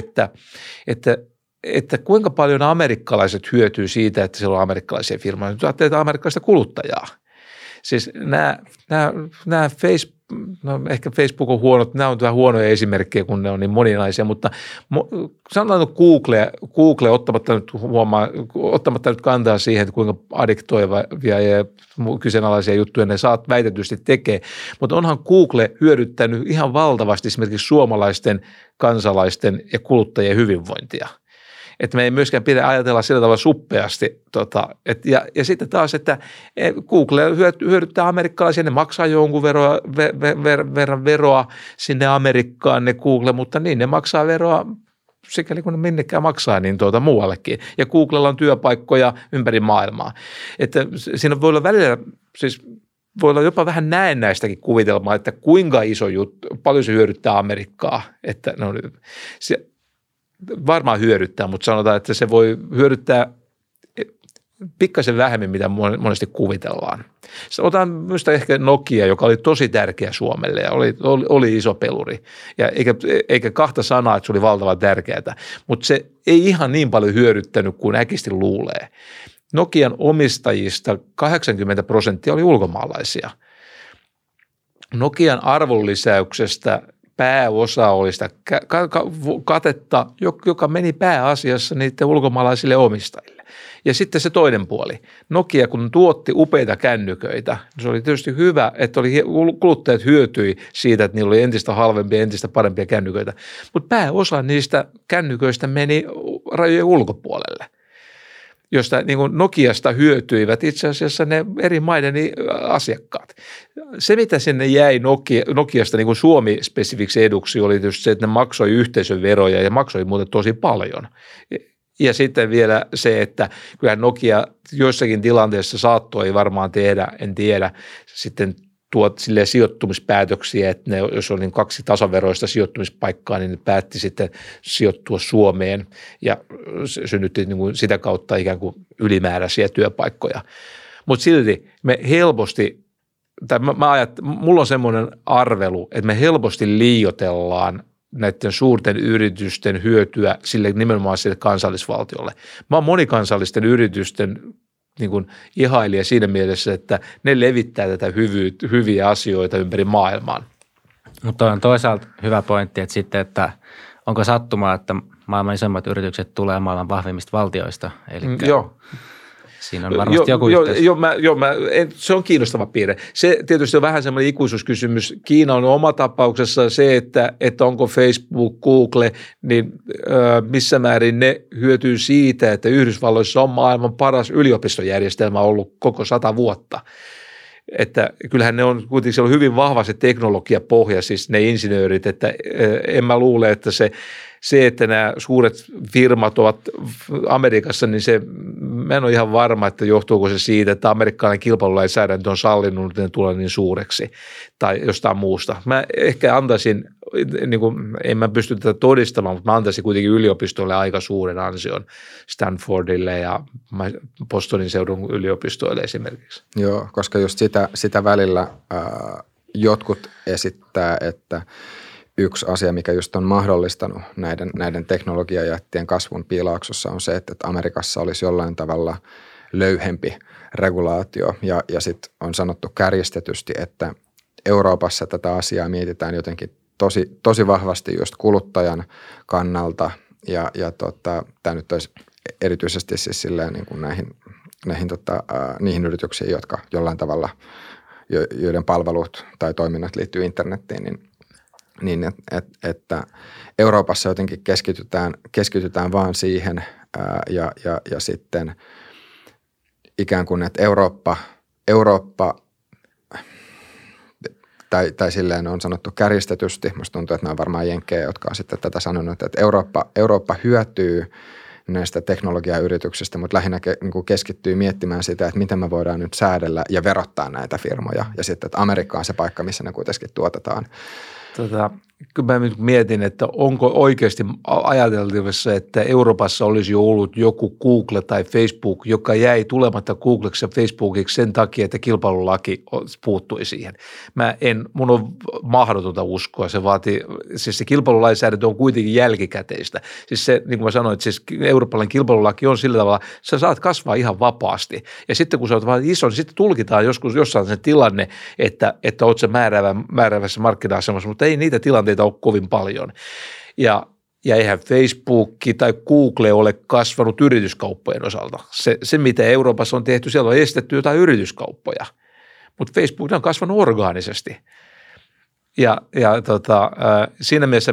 että kuinka paljon amerikkalaiset hyötyy siitä, että siellä on amerikkalaisia firmoja. Nyt ajattelee amerikkalaista kuluttajaa. Siis nämä ehkä Facebook on huono, nämä on vähän huonoja esimerkkejä, kun ne on niin moninaisia, mutta sanotaan Google ottamatta nyt kantaa siihen, että kuinka addiktoivia ja kyseenalaisia juttuja ne väitetysti tekee, mutta onhan Google hyödyttänyt ihan valtavasti esimerkiksi suomalaisten kansalaisten ja kuluttajien hyvinvointia. Että me ei myöskään pidä ajatella sillä tavalla suppeasti. Ja sitten taas, että Google hyödyttää amerikkalaisia, ne maksaa jonkun verran veroa sinne Amerikkaan, ne Google, mutta niin ne maksaa veroa sikäli kun ne minnekään maksaa, niin muuallekin. Ja Googlella on työpaikkoja ympäri maailmaa. Että siinä voi olla välillä, siis voi olla jopa vähän näennäistäkin kuvitelmaa, että kuinka iso juttu, paljon se hyödyttää Amerikkaa, että se varmaan hyödyttää, mutta sanotaan, että se voi hyödyttää pikkasen vähemmän, mitä monesti kuvitellaan. Otan myös ehkä Nokia, joka oli tosi tärkeä Suomelle ja oli iso peluri. Ja eikä kahta sanaa, että se oli valtavan tärkeää, mutta se ei ihan niin paljon hyödyttänyt kuin äkisti luulee. Nokian omistajista 80% oli ulkomaalaisia. Nokian arvonlisäyksestä pääosa oli sitä katetta, joka meni pääasiassa niiden ulkomaalaisille omistajille. Ja sitten se toinen puoli. Nokia, kun tuotti upeita kännyköitä, se oli tietysti hyvä, että kuluttajat hyötyi siitä, että niillä oli entistä halvempia, entistä parempia kännyköitä. Mutta pääosa niistä kännyköistä meni rajojen ulkopuolelle, josta niin kuin Nokiasta hyötyivät itse asiassa ne eri maiden asiakkaat. Se, mitä sinne jäi Nokiasta niin kuin Suomi-spesifiksi eduksi, oli tietysti se, että ne maksoi yhteisöveroja ja maksoi muuten tosi paljon. Ja sitten vielä se, että kyllähän Nokia joissakin tilanteissa saattoi varmaan tehdä, en tiedä, sitten silleen sijoittumispäätöksiä, että ne, jos oli niin 2 tasaveroista sijoittumispaikkaa, niin ne päätti sitten sijoittua Suomeen ja synnytti niin kuin sitä kautta ikään kuin ylimääräisiä työpaikkoja. Mutta silti me helposti, mulla on semmoinen arvelu, että me helposti liioitellaan näiden suurten yritysten hyötyä nimenomaan sille kansallisvaltiolle. Mä oon monikansallisten yritysten niin kuin ihailija siinä mielessä, että ne levittää tätä hyviä asioita ympäri maailmaan. Mutta on toisaalta hyvä pointti, että onko sattumaa, että maailman isommat yritykset tulee maailman vahvimmista valtioista? Joo. Siinä on varmasti joku yhteys. Se on kiinnostava piirre. Se tietysti on vähän semmoinen ikuisuuskysymys. Kiina on oma tapauksessa se, että onko Facebook, Google, niin missä määrin ne hyötyy siitä, että Yhdysvalloissa on maailman paras yliopistojärjestelmä ollut koko 100 vuotta. Että kyllähän ne on kuitenkin siellä on hyvin vahva se teknologiapohja, siis ne insinöörit, että en mä luule, että se se, että nämä suuret firmat ovat Amerikassa, niin mä en ole ihan varma, että johtuuko se siitä, että amerikkalainen kilpailulainsäädäntö on sallinut, että ne tulee niin suureksi tai jostain muusta. Mä ehkä antaisin, niin kuin, en mä pysty tätä todistamaan, mutta mä antaisin kuitenkin yliopistoille aika suuren ansion Stanfordille ja Bostonin seudun yliopistoille esimerkiksi. Joo, koska just sitä välillä jotkut esittää, että yksi asia, mikä just on mahdollistanut näiden teknologiajättien kasvun piilaaksossa on se, että Amerikassa olisi jollain tavalla löyhempi regulaatio ja sitten on sanottu kärjistetysti, että Euroopassa tätä asiaa mietitään jotenkin tosi vahvasti just kuluttajan kannalta ja tämä nyt olisi erityisesti siis silleen niin kuin niihin yrityksiin, jotka jollain tavalla, joiden palvelut tai toiminnat liittyy internettiin, niin että Euroopassa jotenkin keskitytään vaan siihen ja sitten ikään kuin, että Eurooppa tai silleen on sanottu kärjistetysti, musta tuntuu, että nämä on varmaan jenkkejä, jotka on sitten tätä sanonut, että Eurooppa hyötyy näistä teknologiayrityksistä, mutta lähinnä niin keskittyy miettimään sitä, että miten me voidaan nyt säädellä ja verottaa näitä firmoja ja sitten, että Amerikka on se paikka, missä ne kuitenkin tuotetaan. Kyllä mä mietin, että onko oikeasti ajateltavissa, että Euroopassa olisi jo ollut joku Google tai Facebook, joka jäi tulematta Googleksi ja Facebookiksi sen takia, että kilpailulaki puuttui siihen. Mun on mahdotonta uskoa. Se vaatii, siis se kilpailulainsäädäntö on kuitenkin jälkikäteistä. Siis se, niin kuin mä sanoin, että siis eurooppalainen kilpailulaki on sillä tavalla, sä saat kasvaa ihan vapaasti. Ja sitten kun sä oot vaan iso, niin sitten tulkitaan jossain se tilanne, että oot sä määräävässä markkina-asemassa, mutta ei niitä tilanteita ole kovin paljon. Ja eihän Facebook tai Google ole kasvanut yrityskauppojen osalta. Se, mitä Euroopassa on tehty, siellä on estetty jotain yrityskauppoja, mutta Facebook on kasvanut orgaanisesti. Ja siinä mielessä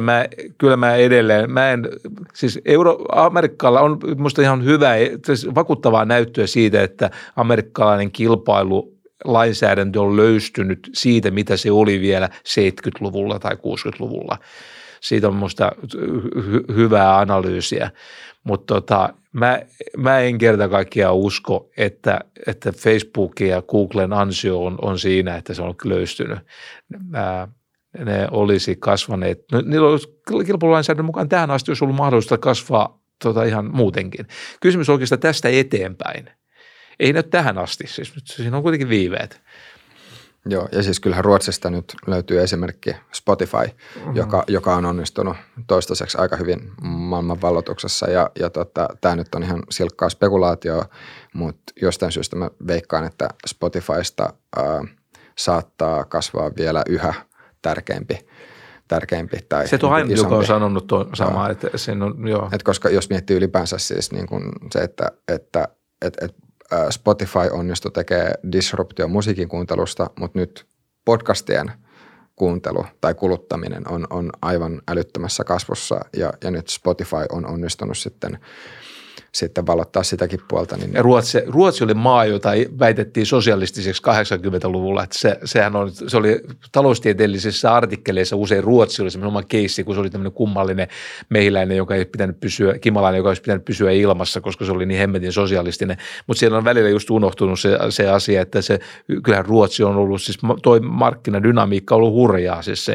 Amerikkalla on minusta ihan hyvä, vakuuttavaa näyttöä siitä, että amerikkalainen kilpailulainsäädäntö on löystynyt siitä, mitä se oli vielä 70-luvulla tai 60-luvulla. Siitä on minusta hyvää analyysiä, mutta mä en kerta kaikkiaan usko, että Facebookin ja Googlen ansio on siinä, että se on löystynyt. Ne olisi kasvaneet, niillä olisi kilpailulainsäädännön mukaan tähän asti olisi ollut mahdollista kasvaa ihan muutenkin. Kysymys oikeastaan tästä eteenpäin. Ei nyt tähän asti, siis siinä on kuitenkin viiveet. Joo, ja siis kyllähän Ruotsista nyt löytyy esimerkki Spotify, joka on onnistunut toistaiseksi aika hyvin maailmanvalloituksessa ja tämä nyt on ihan silkkaa spekulaatio, mutta jostain syystä mä veikkaan, että Spotifysta saattaa kasvaa vielä yhä tärkeämpi tai se on aina, joka on sanonut samaa, että sen on, joo. Et koska jos miettii ylipäänsä siis niin kuin se, että Spotify onnistui tekemään disruptio musiikin kuuntelusta, mutta nyt podcastien kuuntelu tai kuluttaminen on aivan älyttömässä kasvussa ja nyt Spotify on onnistunut sitten valottaa sitäkin puolta. Niin Ruotsi oli maa, jota väitettiin sosialistiseksi 80-luvulla. Että se oli taloustieteellisissä artikkeleissa usein Ruotsi oli semmoinen oma keissi, kun se oli tämmöinen kummallinen mehiläinen, kimalainen, joka olisi pitänyt pysyä ilmassa, koska se oli niin hemmetin sosialistinen. Mutta siellä on välillä just unohtunut se asia, että kyllähän Ruotsi on ollut, siis toi markkinadynamiikka on ollut hurjaa. Siis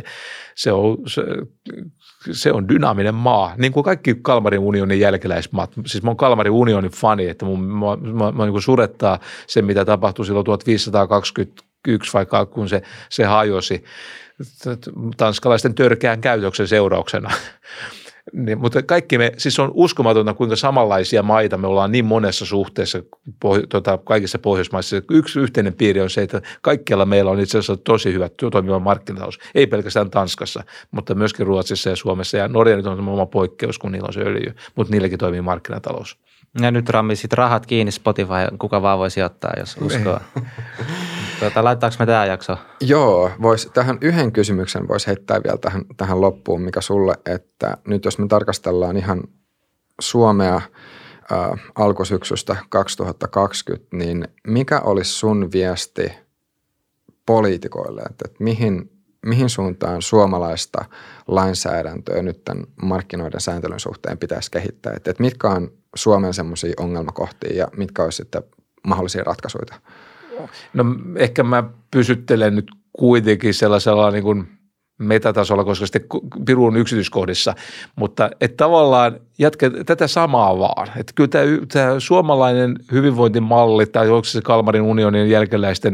se on dynaaminen maa, niin kuin kaikki Kalmarin unionin jälkeläismaat. Siis mä oon Kalmarin unionin fani, että mä niin kuin surettaa se, mitä tapahtui silloin 1521, vaikka kun se hajosi tanskalaisten törkeän käytöksen seurauksena. Niin, mutta kaikki siis on uskomatonta, kuinka samanlaisia maita me ollaan niin monessa suhteessa kaikissa Pohjoismaissa. Yksi yhteinen piiri on se, että kaikkialla meillä on itse asiassa tosi hyvä toimiva markkinatalous. Ei pelkästään Tanskassa, mutta myöskin Ruotsissa ja Suomessa. Ja Norja nyt on oma poikkeus, kun niillä on se öljy, mutta niilläkin toimii markkinatalous. Ja nyt rammisit rahat kiinni Spotify, kuka vaan voisi ottaa, jos uskoo. Laitetaanko me tämä jakso? Joo, tähän yhden kysymyksen voisi heittää vielä tähän loppuun, mikä sulle, että nyt jos me tarkastellaan ihan Suomea alkusyksystä 2020, niin mikä olisi sun viesti poliitikoille, että mihin suuntaan suomalaista lainsäädäntöä nyt tämän markkinoiden sääntelyn suhteen pitäisi kehittää? Että mitkä on Suomen semmoisia ongelmakohtia ja mitkä olisi sitten mahdollisia ratkaisuja? No ehkä mä pysyttelen nyt kuitenkin sellaisella niin kuin metatasolla, koska sitten pirun yksityiskohdissa, mutta että tavallaan tätä samaa vaan. Että kyllä tämä suomalainen hyvinvointimalli tai onko se Kalmarin unionin jälkeläisten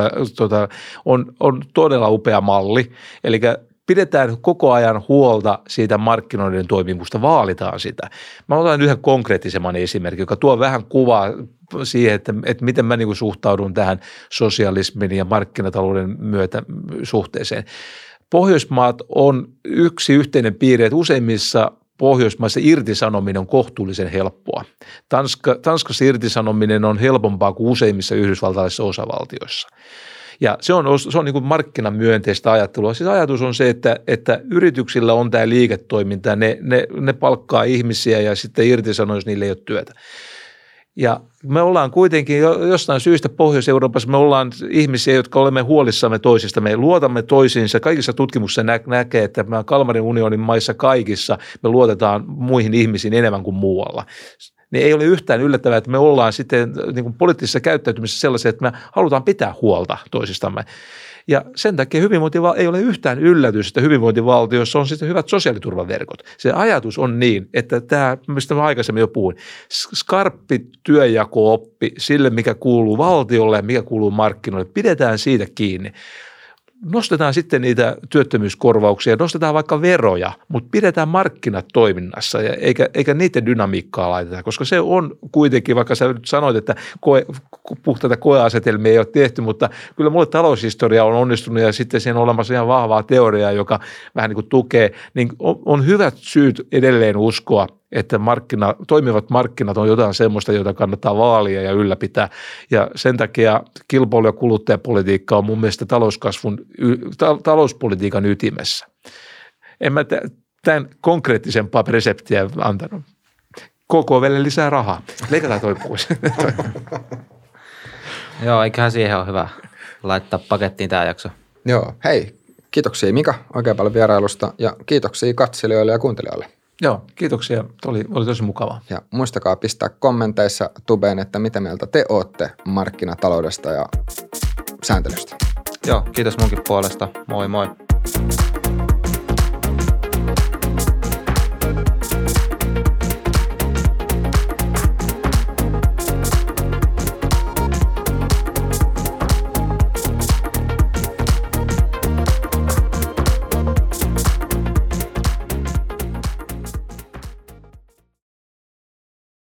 on todella upea malli, eli pidetään koko ajan huolta siitä markkinoiden toimivuudesta, vaalitaan sitä. Mä otan yhden konkreettisemman esimerkin, joka tuo vähän kuvaa siihen, että miten mä niin kuin suhtaudun tähän sosialismin ja markkinatalouden myötä suhteeseen. Pohjoismaat on yksi yhteinen piirre, että useimmissa Pohjoismaissa irtisanominen on kohtuullisen helppoa. Tanskassa irtisanominen on helpompaa kuin useimmissa yhdysvaltalaisissa osavaltioissa. Ja se on niin kuin markkinamyönteistä ajattelua. Siis ajatus on se, että yrityksillä on tämä liiketoiminta, ne palkkaa ihmisiä ja sitten irtisanoo, jos niille ei ole työtä. Ja me ollaan kuitenkin jostain syystä Pohjois-Euroopassa, me ollaan ihmisiä, jotka olemme huolissamme toisista. Me luotamme toisiinsa. Kaikissa tutkimuksissa näkee, että Kalmarin unionin maissa kaikissa me luotetaan muihin ihmisiin enemmän kuin muualla. Niin ei ole yhtään yllättävää, että me ollaan sitten niin kuin poliittisessa käyttäytymisessä sellaisia, että me halutaan pitää huolta toisistamme. Ja sen takia ei ole yhtään yllätys, että hyvinvointivaltiossa on sitten hyvät sosiaaliturvaverkot. Se ajatus on niin, että tämä, mistä mä aikaisemmin jo puhuin, skarppi työnjako-oppi sille, mikä kuuluu valtiolle ja mikä kuuluu markkinoille, pidetään siitä kiinni. Nostetaan sitten niitä työttömyyskorvauksia, nostetaan vaikka veroja, mutta pidetään markkinat toiminnassa eikä niiden dynamiikkaa laiteta, koska se on kuitenkin, vaikka sä nyt sanoit, että puhtaita koeasetelmia ei ole tehty, mutta kyllä mulle taloushistoria on onnistunut ja sitten siinä on olemassa ihan vahvaa teoriaa, joka vähän niin kuin tukee, niin on hyvät syyt edelleen uskoa, että toimivat markkinat on jotain semmoista, jota kannattaa vaalia ja ylläpitää. Ja sen takia kilpailu- ja kuluttajapolitiikka on mun mielestä talouspolitiikan ytimessä. En mä tämän konkreettisempaa reseptiä antanut. KKV:lle lisää rahaa. Leikataan toi pois. Joo, eiköhän siihen ole hyvä laittaa pakettiin tämä jakso. Joo, hei, kiitoksia Mika oikein paljon vierailusta ja kiitoksia katselijoille ja kuuntelijoille. Joo, kiitoksia. Oli tosi mukavaa. Ja muistakaa pistää kommenteissa tubeen, että mitä mieltä te ootte markkinataloudesta ja sääntelystä. Joo, kiitos munkin puolesta. Moi moi.